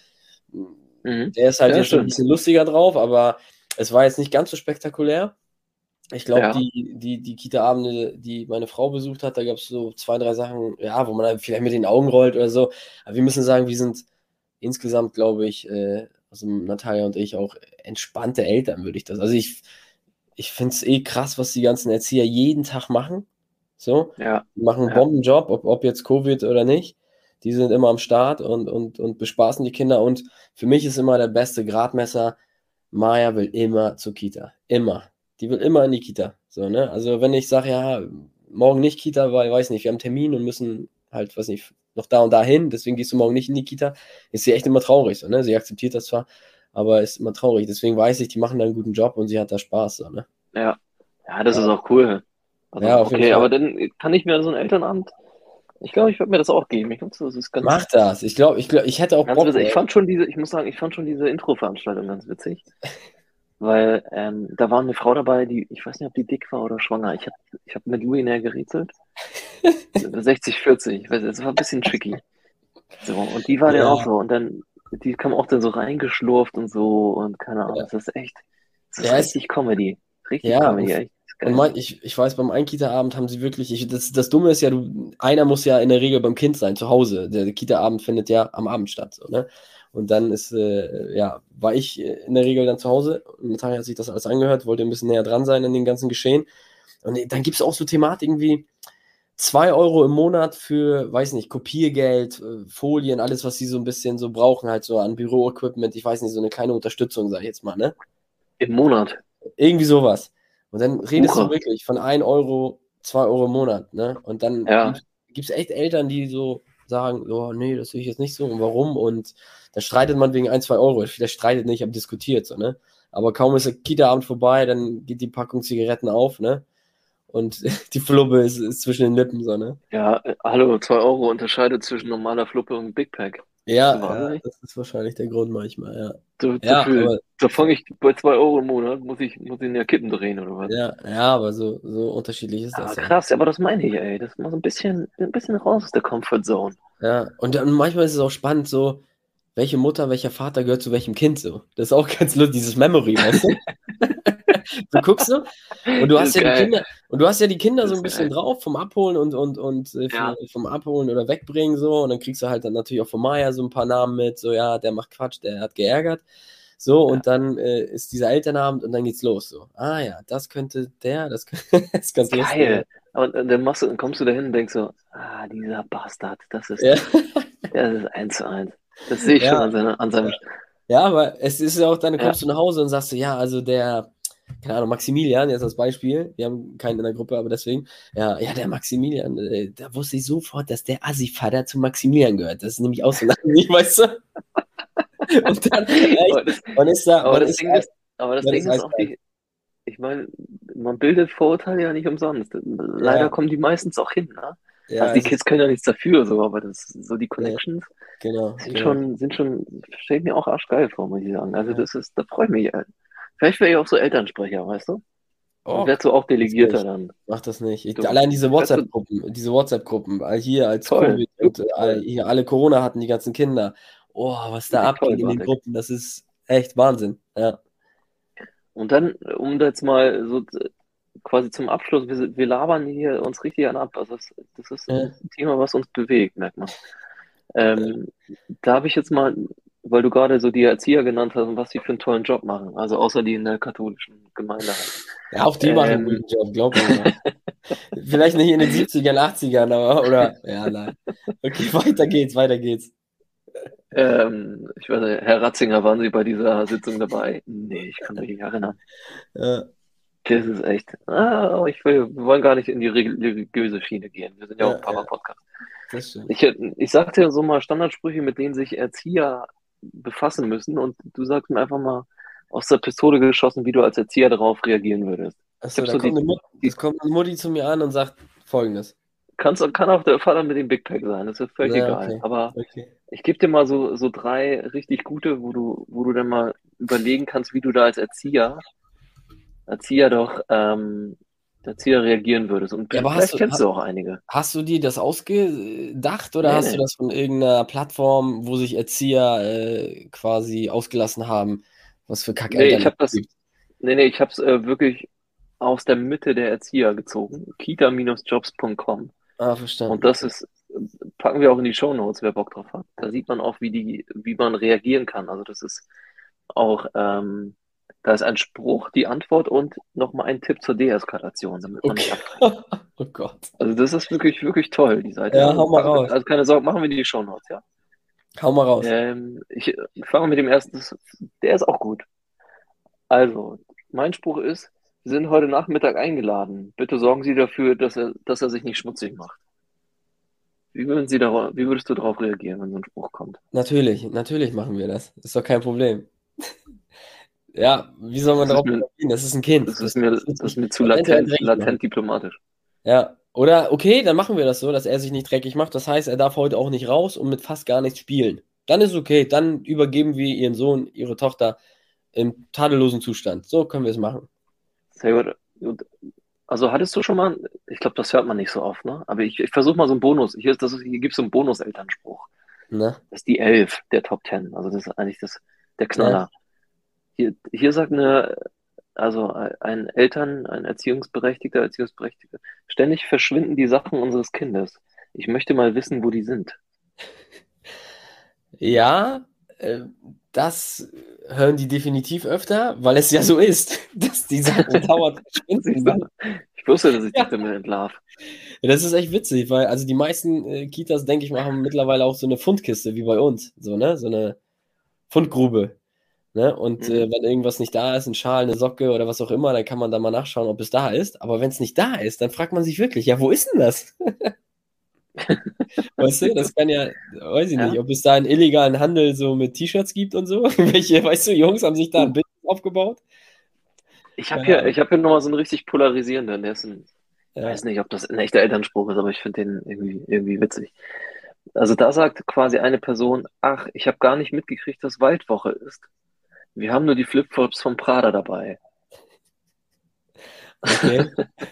Mhm. der ist halt Ja, jetzt schon ein schön. bisschen lustiger drauf, aber es war jetzt nicht ganz so spektakulär. Ich glaube, Ja. die, die, die Kita-Abende, die meine Frau besucht hat, da gab es so zwei, drei Sachen, ja, wo man dann vielleicht mit den Augen rollt oder so. Aber wir müssen sagen, wir sind insgesamt, glaube ich, äh, also Natalia und ich auch entspannte Eltern, würde ich das. Also ich, ich finde es eh krass, was die ganzen Erzieher jeden Tag machen. So, Ja. die machen einen Ja. Bombenjob, ob, ob jetzt Covid oder nicht. Die sind immer am Start und, und, und bespaßen die Kinder. Und für mich ist immer der beste Gradmesser, Maya will immer zur Kita. Immer. Die will immer in die Kita. So, ne? Also wenn ich sage, ja, morgen nicht Kita, weil, weiß nicht, wir haben einen Termin und müssen halt, weiß nicht, noch da und da hin, deswegen gehst du morgen nicht in die Kita, ist sie echt immer traurig. So, ne? Sie akzeptiert das zwar, aber ist immer traurig. Deswegen weiß ich, die machen da einen guten Job und sie hat da Spaß. So, ne? Ja. Ja, das Ja. ist auch cool. Also, Ja, auf jeden okay, Fall. aber dann kann ich mir so ein Elternabend, ich glaube, ich würde mir das auch geben. Ich glaube, das ist ganz, Mach das. Ich glaube, ich, glaub, ich hätte auch ganz Bock. witzig. Ich Ey. fand schon diese, ich muss sagen, ich fand schon diese Intro-Veranstaltung ganz witzig, weil ähm, da war eine Frau dabei, die, ich weiß nicht, ob die dick war oder schwanger. Ich habe ich hab mit Louis näher gerätselt. sechzig, vierzig, ich weiß, es war ein bisschen tricky. So, und die war dann auch Ja, so. Und dann, die kam auch dann so reingeschlurft und so und keine Ahnung. ja. Das ist echt, das ist Ja, es, richtig Comedy. Richtig ja, Comedy, und, echt und geil. mein, ich, ich weiß, beim Ein-Kita-Abend haben sie wirklich, ich, das, das Dumme ist ja, du, einer muss ja in der Regel beim Kind sein, zu Hause. Der, der Kita-Abend findet ja am Abend statt, so, ne? Und dann ist, äh, ja, war ich äh, in der Regel dann zu Hause und Natalia hat sich das alles angehört, wollte ein bisschen näher dran sein an den ganzen Geschehen. Und dann gibt es auch so Thematiken wie zwei Euro im Monat für, weiß nicht, Kopiergeld, äh, Folien, alles, was sie so ein bisschen so brauchen, halt so an Büroequipment, ich weiß nicht, so eine kleine Unterstützung, sag ich jetzt mal, ne? Im Monat. Irgendwie sowas. Und dann redest du Uche. wirklich von ein Euro, zwei Euro im Monat, ne? Und dann Ja, gibt es echt Eltern, die so sagen, oh, nee, das will ich jetzt nicht so und warum? Und da streitet man wegen ein, zwei Euro. Vielleicht streitet nicht, aber diskutiert so, ne? Aber kaum ist der Kita-Abend vorbei, dann geht die Packung Zigaretten auf, ne? Und die Flubbe ist, ist zwischen den Lippen, so, ne? ja, äh, hallo, zwei Euro unterscheidet zwischen normaler Fluppe und Big Pack. Bist du Ja, ja, wahnsinnig? das ist wahrscheinlich der Grund manchmal, ja. Da, Ja, dafür, aber da fange ich bei zwei Euro im Monat, muss ich, muss ich in der Kippen drehen oder was? ja, ja, aber so, so unterschiedlich ist Ja, das ja. krass, aber das meine ich, ey. Das ist mal so ein bisschen, ein bisschen raus aus der Comfort Zone. Ja, und dann manchmal ist es auch spannend, so, welche Mutter, welcher Vater gehört zu welchem Kind so. Das ist auch ganz lustig, dieses Memory, weißt du? Du guckst so und du Das hast ist ja die geil. Kinder und du hast ja die Kinder Das so ist ein bisschen geil. drauf vom Abholen und und und äh, Ja, für, vom Abholen oder Wegbringen so und dann kriegst du halt dann natürlich auch von Maya so ein paar Namen mit, so ja, der macht Quatsch, der hat geärgert. So, ja. und dann äh, ist dieser Elternabend und dann geht's los. So, ah ja, das könnte der, das, könnte, das ist ganz lustig. Geil. Und, und dann machst du, dann kommst du dahin und denkst so, ah, dieser Bastard, das ist Ja, der. Der ist eins zu eins. Das sehe ich schon ja, an, seiner, an seinem. ja. Ja, aber es ist ja auch, dann Ja, kommst du nach Hause und sagst so, ja, also der, keine Ahnung, Maximilian, jetzt als Beispiel, wir haben keinen in der Gruppe, aber deswegen, ja, ja, der Maximilian, äh, da wusste ich sofort, dass der Assi-Vater zu Maximilian gehört. Das ist nämlich auch so lange, weißt du? Und dann, echt, aber das, man ist da, aber man das ist, Ding ist, aber das man ist Ding ist auch eiskalt. die, ich meine, man bildet Vorurteile ja nicht umsonst. Leider Ja, kommen die meistens auch hin, ne? Also ja, die es ist, Kids können ja nichts dafür, so, aber das, so die ja, Connections genau, sind genau. schon, sind schon, stelle ich mir auch arschgeil vor, muss ich sagen. Also Ja. das ist, da freue ich mich. Ey. Vielleicht wäre ich auch so Elternsprecher, weißt du? Und Oh, werd so auch das Delegierter nicht. dann. Mach das nicht. Ich, Du, allein diese weißt du, WhatsApp-Gruppen, diese WhatsApp-Gruppen, all hier als toll, Covid und super äh, all- toll, hier alle Corona hatten, die ganzen Kinder. Oh, was da wirklich toll, abgeht in den Bartek. Gruppen, das ist echt Wahnsinn. Ja. Und dann, um da jetzt mal so z- quasi zum Abschluss, wir, wir labern hier uns richtig an ab. Also das, das ist Ja. ein Thema, was uns bewegt, merkt man. Ähm, da habe ich jetzt mal, weil du gerade so die Erzieher genannt hast und was sie für einen tollen Job machen, also außer die in der katholischen Gemeinde halt. Ja, auch die machen einen Ähm, guten Job, glaub mir mal. Vielleicht nicht in den siebzigern, achtzigern, aber, oder, ja, nein. Okay, weiter geht's, weiter geht's. ähm, ich weiß nicht, Herr Ratzinger, waren Sie bei dieser Sitzung dabei? Nee, ich kann mich nicht erinnern. Ja, Das ist echt. Ah, ich will, wir wollen gar nicht in die relig- religiöse Schiene gehen. Wir sind ja auch ja, ein ja, Papa-Podcast. das stimmt. Ich, ich sagte ja so mal Standardsprüche, mit denen sich Erzieher befassen müssen und du sagst mir einfach mal aus der Pistole geschossen, wie du als Erzieher darauf reagieren würdest. Achso, hab da so kommt die, eine, Mut, die das kommt eine Mutti zu mir an und sagt Folgendes. kann's, kann auch der Vater mit dem Big Pack sein, das ist völlig Na, egal. okay. Aber Okay. ich gebe dir mal so, so drei richtig gute, wo du, wo du dann mal überlegen kannst, wie du da als Erzieher, Erzieher doch, ähm, Erzieher reagieren würdest. Und Ja, aber hast vielleicht du, kennst ha, du auch einige. hast du dir das ausgedacht oder Nee, hast du nee. das von irgendeiner Plattform, wo sich Erzieher äh, quasi ausgelassen haben, was für Nee, Kackeltern ich es habe das, gibt? nee, nee, ich habe es äh, wirklich aus der Mitte der Erzieher gezogen. kita Jobs Punkt com. Ah, Und verstanden. das ist, packen wir auch in die Shownotes, wer Bock drauf hat. Da sieht man auch, wie die, wie man reagieren kann. Also das ist auch, ähm, da ist ein Spruch, die Antwort und nochmal ein Tipp zur Deeskalation, damit man nicht Okay. abdriftet. Oh Gott. Also das ist wirklich, wirklich toll, die Seite. Ja, Also, hau mal packen wir, raus. also keine Sorge, machen wir in die Shownotes, ja. Hau mal raus. Ähm, ich fange mit dem ersten, das- der ist auch gut. Also, mein Spruch ist, Sie sind heute Nachmittag eingeladen. Bitte sorgen Sie dafür, dass er, dass er sich nicht schmutzig macht. Wie würden Sie darauf, wie würdest du darauf reagieren, wenn so ein Spruch kommt? Natürlich, natürlich machen wir das. Ist doch kein Problem. Ja, wie soll man Das ist darauf mir, reagieren? Das ist ein Kind. das ist Das, mir, das wird das ist sich mir zu eventuell latent, dreckig machen. latent diplomatisch. Ja, oder okay, dann machen wir das so, dass er sich nicht dreckig macht. Das heißt, er darf heute auch nicht raus und mit fast gar nichts spielen. Dann ist okay, dann übergeben wir ihren Sohn, ihre Tochter im tadellosen Zustand. So können wir es machen. Sehr gut. Gut. Also hattest du schon mal, ich glaube, das hört man nicht so oft, ne? Aber ich, ich versuche mal so einen Bonus. Hier, ist das, hier gibt es so einen Bonus-Elternspruch. Ne? Das ist die elf der Top Ten. Also das ist eigentlich das, der Ja. Knaller. Hier, hier sagt eine, also ein Eltern, ein Erziehungsberechtigter, Erziehungsberechtigter, ständig verschwinden die Sachen unseres Kindes. Ich möchte mal wissen, wo die sind. Ja, äh, das hören die definitiv öfter, weil es ja so ist, dass die Sachen dauernd verschwinden. Siehst du? Ich wusste, dass ich dich Ja. damit entlarv. Ja, das ist echt witzig, weil also die meisten äh, Kitas, denke ich mal, haben mittlerweile auch so eine Fundkiste wie bei uns, so, ne? So eine Fundgrube. Ne? Und äh, Mhm. wenn irgendwas nicht da ist, ein Schal, eine Socke oder was auch immer, dann kann man da mal nachschauen, ob es da ist. Aber wenn es nicht da ist, dann fragt man sich wirklich, ja, wo ist denn das? Weißt du, das kann ja, weiß ich nicht, Ja? ob es da einen illegalen Handel so mit T-Shirts gibt und so. Welche, weißt du, Jungs haben sich da ein Uh, Business aufgebaut. ich habe Keine hier, Ahnung. ich habe hier nochmal so einen richtig polarisierenden, der ist ein, ich Ja. weiß nicht, ob das ein echter Elternspruch ist, aber ich finde den irgendwie, irgendwie witzig. Also da sagt quasi eine Person, ach, ich habe gar nicht mitgekriegt, dass Waldwoche ist. Wir haben nur die Flipflops vom Prada dabei. Okay.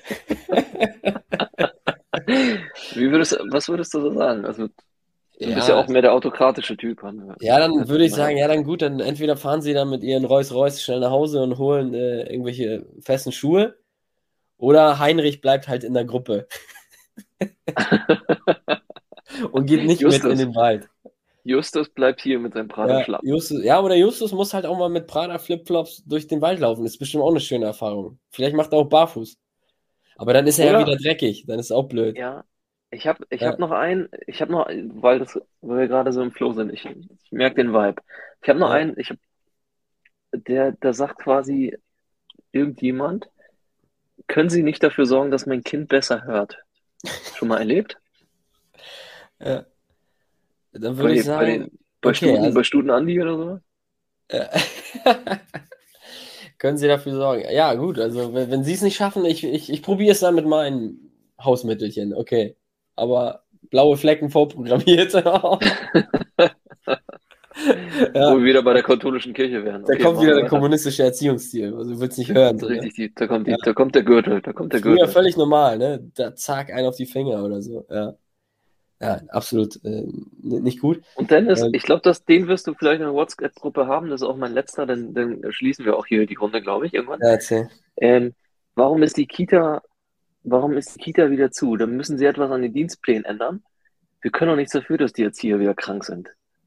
Wie würdest, was würdest du so sagen? Also, du bist ja Ja, auch mehr der autokratische Typ. Haben ja, wir dann würde letztes ich Mal ja sagen, auch. ja, dann gut, dann entweder fahren sie dann mit ihren Rolls-Royce schnell nach Hause und holen äh, irgendwelche festen Schuhe oder Heinrich bleibt halt in der Gruppe und geht nicht mit in Justus, den Wald. Justus bleibt hier mit seinem Ja, Prada-Schlappen. Justus, ja, oder Justus muss halt auch mal mit Prada-Flipflops durch den Wald laufen. Ist bestimmt auch eine schöne Erfahrung. Vielleicht macht er auch barfuß. Aber dann ist er ja wieder Oder, dreckig. Dann ist es auch blöd. ja, ich habe ich Ja, hab noch einen, ich habe noch, weil das, weil wir gerade so im Flow sind, ich, ich merke den Vibe. Ich habe noch ja. einen, ich hab, der, der sagt quasi irgendjemand, können Sie nicht dafür sorgen, dass mein Kind besser hört? Schon mal erlebt? Ja. Dann würde ich Bei, bei sagen, den, bei okay, Studen, also bei Studen Andi oder so? äh, können Sie dafür sorgen. Ja, gut, also wenn, wenn Sie es nicht schaffen, ich, ich, ich probiere es dann mit meinen Hausmittelchen, okay. Aber blaue Flecken vorprogrammiert. Wo Ja, wir wieder bei der katholischen Kirche wären. da Okay, kommt machen wieder wir der weiter. kommunistische Erziehungsstil. Also du willst nicht Da hören, kommt so, ne? richtig die, da kommt Ja. die, da kommt der Gürtel, da kommt der Früher Gürtel. völlig normal, ne? Da zack, einen auf die Finger oder so. Ja, ja absolut äh, nicht gut. Und Dennis, Ähm, ich glaube, dass den wirst du vielleicht in der WhatsApp-Gruppe haben. Das ist auch mein letzter, dann, dann schließen wir auch hier die Runde, glaube ich, irgendwann. ja, erzähl. Ähm, warum ist die Kita, warum ist die Kita wieder zu? Dann müssen sie etwas an den Dienstplänen ändern. Wir können doch nichts dafür, dass die Erzieher wieder krank sind.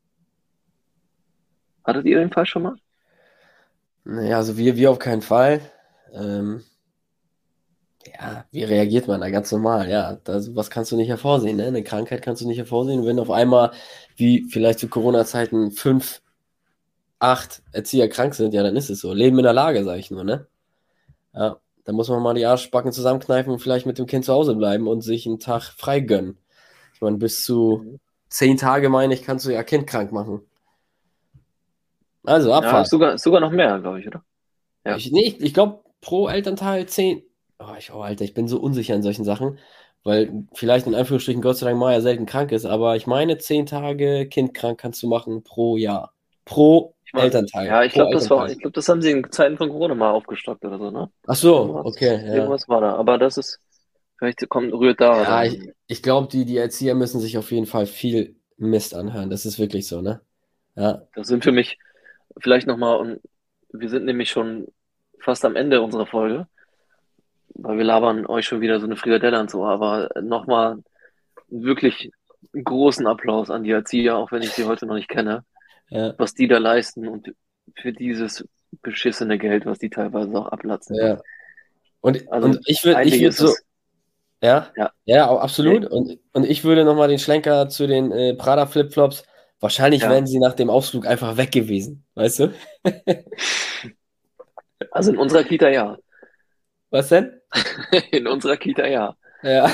Hattet ihr den Fall schon mal? Naja, also wir, wir auf keinen Fall. Ähm, ja, wie reagiert man da ganz normal? Ja, das, was kannst du nicht hervorsehen, ne? Eine Krankheit kannst du nicht hervorsehen. Und wenn auf einmal, wie vielleicht zu Corona-Zeiten, fünf, acht Erzieher krank sind, ja, dann ist es so. Leben in der Lage, sage ich nur, ne? Ja, da muss man mal die Arschbacken zusammenkneifen und vielleicht mit dem Kind zu Hause bleiben und sich einen Tag frei gönnen. Ich meine, bis zu Mhm. zehn Tage, meine ich, kannst du ja Kind krank machen. Also Ja, Abfahrt. ist sogar, ist sogar noch mehr, glaube ich, oder? Ja. Ich, nee, ich, ich glaube, pro Elternteil zehn, Oh, ich, oh, Alter, ich bin so unsicher in solchen Sachen, weil vielleicht in Anführungsstrichen Gott sei Dank Maya selten krank ist, aber ich meine, zehn Tage Kind krank kannst du machen pro Jahr. Pro Ich meine, Elternteil. ja, ich Pro glaube, das war, Elternteil. ich glaube, das haben sie in Zeiten von Corona mal aufgestockt oder so, ne? Ach so, Irgendwas, okay, ja. irgendwas war da. Aber das ist, vielleicht kommt, rührt da Ja, ich, dann. ich glaube, die, die Erzieher müssen sich auf jeden Fall viel Mist anhören. Das ist wirklich so, ne? Ja, Das sind für mich vielleicht nochmal, und wir sind nämlich schon fast am Ende unserer Folge, weil wir labern euch schon wieder so eine Frikadelle und so, aber nochmal wirklich einen großen Applaus an die Erzieher, auch wenn ich sie heute noch nicht kenne, ja, was die da leisten und für dieses beschissene Geld, was die teilweise auch ablatzen, ne? ja. Und, Also und ich würde, ich eigentlich würde ist so, es, ja, ja, ja, au- nee, absolut. Und, und ich würde nochmal den Schlenker zu den äh, Prada Flipflops. Wahrscheinlich ja. wären sie nach dem Ausflug einfach weg gewesen, weißt du? Also in unserer Kita ja. Was denn? In unserer Kita ja. Ja.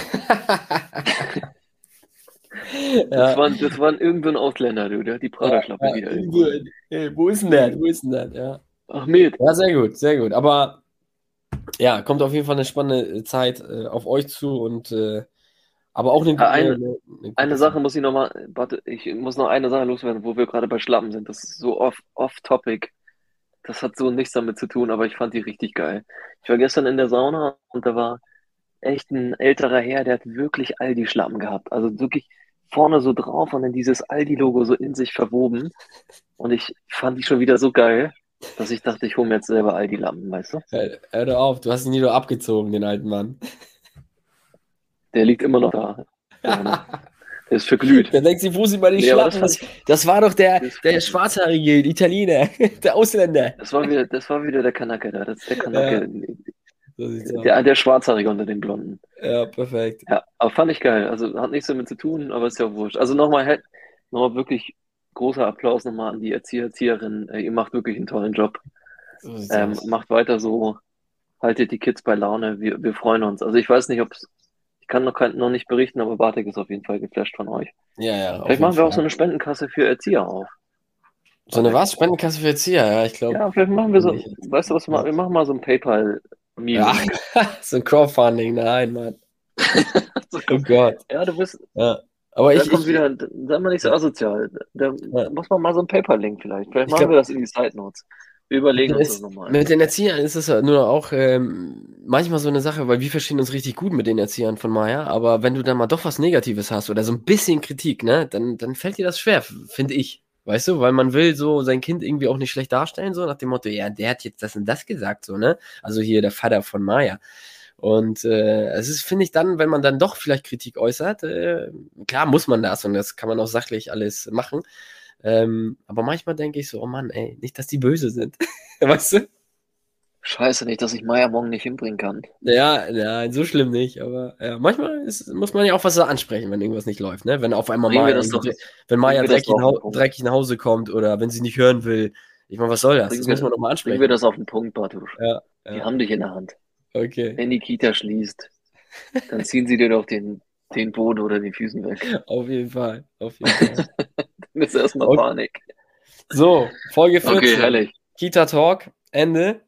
Das Ja, waren, das waren irgendein Ausländer, du, der hat die ja, Prada-Schlappe ja. wieder irgendwo Irgendwo, hin. ey, wo ist denn das? Irgend- Wo ist denn das? Ja. Ahmed. Ja, sehr gut, sehr gut. Aber ja, kommt auf jeden Fall eine spannende Zeit äh, auf euch zu und äh, aber auch eine, Ah, eine, Eine, eine, eine eine gute Zeit. Sache muss ich nochmal, warte, ich muss noch eine Sache loswerden, wo wir gerade bei Schlappen sind. Das ist so off, off-topic. Das hat so nichts damit zu tun, aber ich fand die richtig geil. Ich war gestern in der Sauna und da war echt ein älterer Herr, der hat wirklich Aldi-Schlappen gehabt. Also wirklich vorne so drauf und dann dieses Aldi-Logo so in sich verwoben. Und ich fand die schon wieder so geil, dass ich dachte, ich hole mir jetzt selber Aldi-Lappen, weißt du? Hör, hör doch auf, du hast ihn nie nur abgezogen, den alten Mann. Der liegt immer noch da vorne. Der ist verglüht. Dann denkt sie, wo sind meine Nee, aber das Schlappen? fand Das, ich, das war doch der, das, der schwarzhaarige Italiener, der Ausländer. das war wieder, das war wieder der Kanake da. Das ist der Ja, Kanake, so sieht's aus. der, der Schwarzhaarige unter den Blonden. Ja, perfekt. Ja, aber fand ich geil. Also hat nichts damit zu tun, aber ist ja wurscht. Also nochmal, he- nochmal wirklich großer Applaus nochmal an die Erzieher, Erzieherinnen. Äh, Ihr macht wirklich einen tollen Job. So sieht's Ähm, aus. macht weiter so, haltet die Kids bei Laune. Wir, wir freuen uns. Also ich weiß nicht, ob es, ich kann noch, kein, noch nicht berichten, aber Bartek ist auf jeden Fall geflasht von euch. Ja, ja, auf Vielleicht jeden machen wir auch Fall. so eine Spendenkasse für Erzieher auf. So eine Bartek. was? Spendenkasse für Erzieher? Ja, ich glaube. Ja, vielleicht machen wir so, weißt du was, wir machen? Wir machen mal so ein Ja, PayPal-Meme. so ein Crowdfunding, nein, Mann. Oh Gott. Ja, du bist, Ja. Aber da ich, kommt ich, wieder, sei mal nicht so asozial. Da ja. muss man mal so ein PayPal-Link vielleicht. Vielleicht Ich machen wir glaube, das in die Side Notes. Wir mit überlegen den, uns das Erz- nochmal. mit den Erziehern ist es ja nur auch ähm, manchmal so eine Sache, weil wir verstehen uns richtig gut mit den Erziehern von Maya, aber wenn du dann mal doch was Negatives hast oder so ein bisschen Kritik, ne, dann, dann fällt dir das schwer, finde ich. Weißt du, weil man will so sein Kind irgendwie auch nicht schlecht darstellen, so nach dem Motto, ja, der hat jetzt das und das gesagt, so, ne? Also hier der Vater von Maya. Und äh, es ist, finde ich, dann, wenn man dann doch vielleicht Kritik äußert, äh, klar muss man das und das kann man auch sachlich alles machen. Ähm, aber manchmal denke ich so, oh Mann, ey, nicht, dass die böse sind. Weißt du? Scheiße, nicht, dass ich Maya morgen nicht hinbringen kann. Ja, ja, so schlimm nicht, aber ja, manchmal ist, muss man ja auch was so ansprechen, wenn irgendwas nicht läuft, ne? Wenn auf einmal Bringen wir Maya, das doch, irgendwie- wenn bringen Maya wir das dreckig, doch auf nach den Hau- Punkt. dreckig nach Hause kommt oder wenn sie nicht hören will. Ich meine, was soll das? Bringen Das muss wir, man doch mal bringen wir ansprechen. das auf den Punkt, Bartusch. Ja, Die ja, haben dich in der Hand. okay. Wenn die Kita schließt, dann ziehen sie dir doch den, den Boden oder die Füßen weg. Auf jeden Fall, auf jeden Fall. Dann ist erstmal Okay. Panik. So, Folge Okay, vierzehn. herrlich. Kita Talk, Ende.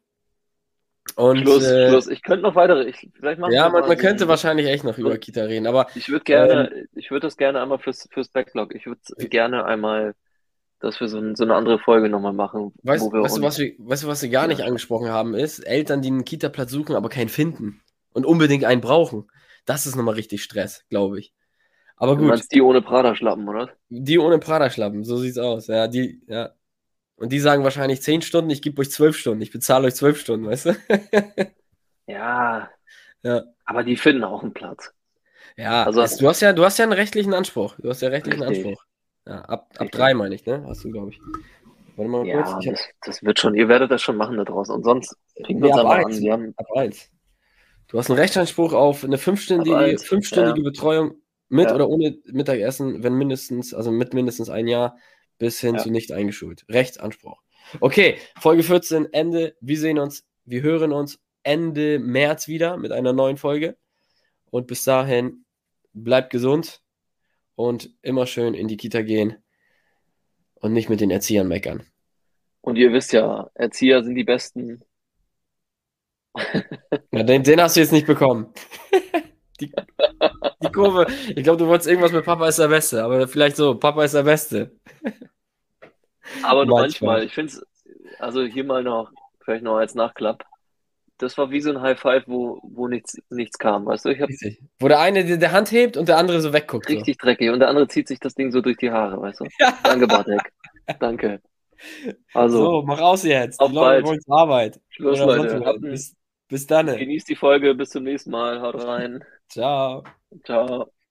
Und Schluss, äh, Schluss. Ich könnte noch weitere. Ich, vielleicht machen ja, wir man, mal man so könnte ein, wahrscheinlich echt noch so über Kita reden, aber Ich würde ähm, gerne, ich würde das gerne einmal fürs, fürs Backlog. Ich würde gerne einmal, dass wir so, ein, so eine andere Folge nochmal machen, weißt, wo wir weißt du, was uns. wir, weißt du, was wir gar nicht Ja, angesprochen haben, ist Eltern, die einen Kita-Platz suchen, aber keinen finden und unbedingt einen brauchen. Das ist nochmal richtig Stress, glaube ich. Aber du gut, meinst die ohne Prada-Schlappen, oder? die ohne Prada-Schlappen, so sieht's aus. Ja, die, ja. Und die sagen wahrscheinlich zehn Stunden, ich gebe euch zwölf Stunden, ich bezahle euch zwölf Stunden, weißt du? Ja, Ja. aber die finden auch einen Platz. Ja, Also, es, du hast ja, du hast ja einen rechtlichen Anspruch. Du hast ja rechtlichen richtig, Anspruch. Ja, ab, ab richtig. drei meine ich, ne? Hast du, glaube ich. Warte mal kurz. Ja, Ich hab, das, das wird schon, ihr werdet das schon machen da draußen. Und sonst pinkt nee, uns ab einmal eins. an. Wir haben Ab eins. Du hast einen Rechtsanspruch auf eine ab fünfstündige, eins. fünfstündige Ja, Betreuung mit ja, oder ohne Mittagessen, wenn mindestens, also mit mindestens ein Jahr bis hin ja. zu nicht eingeschult. Rechtsanspruch. Okay, Folge vierzehn, Ende. Wir sehen uns, wir hören uns Ende März wieder mit einer neuen Folge. Und bis dahin, bleibt gesund und immer schön in die Kita gehen und nicht mit den Erziehern meckern. Und ihr wisst ja, Erzieher sind die Besten. Ja, den, den hast du jetzt nicht bekommen. Die, die Kurve, ich glaube, du wolltest irgendwas mit Papa ist der Beste, aber vielleicht so, Papa ist der Beste. Aber nur Manchmal. manchmal, ich finde es, also hier mal noch, vielleicht noch als Nachklapp. Das war wie so ein High Five, wo, wo nichts, nichts kam, weißt du? Ich habe Richtig. Wo der eine die, die Hand hebt und der andere so wegguckt. So. richtig dreckig und der andere zieht sich das Ding so durch die Haare, weißt du? Danke, Bartek. Danke. Also, So, mach aus jetzt. auf Die Leute bald. wollen zur Arbeit. Schluss, Oder Leute. sonst was. Habt ein, Bis, bis dann. genießt die Folge. Bis zum nächsten Mal. Haut rein. Ciao. Ciao.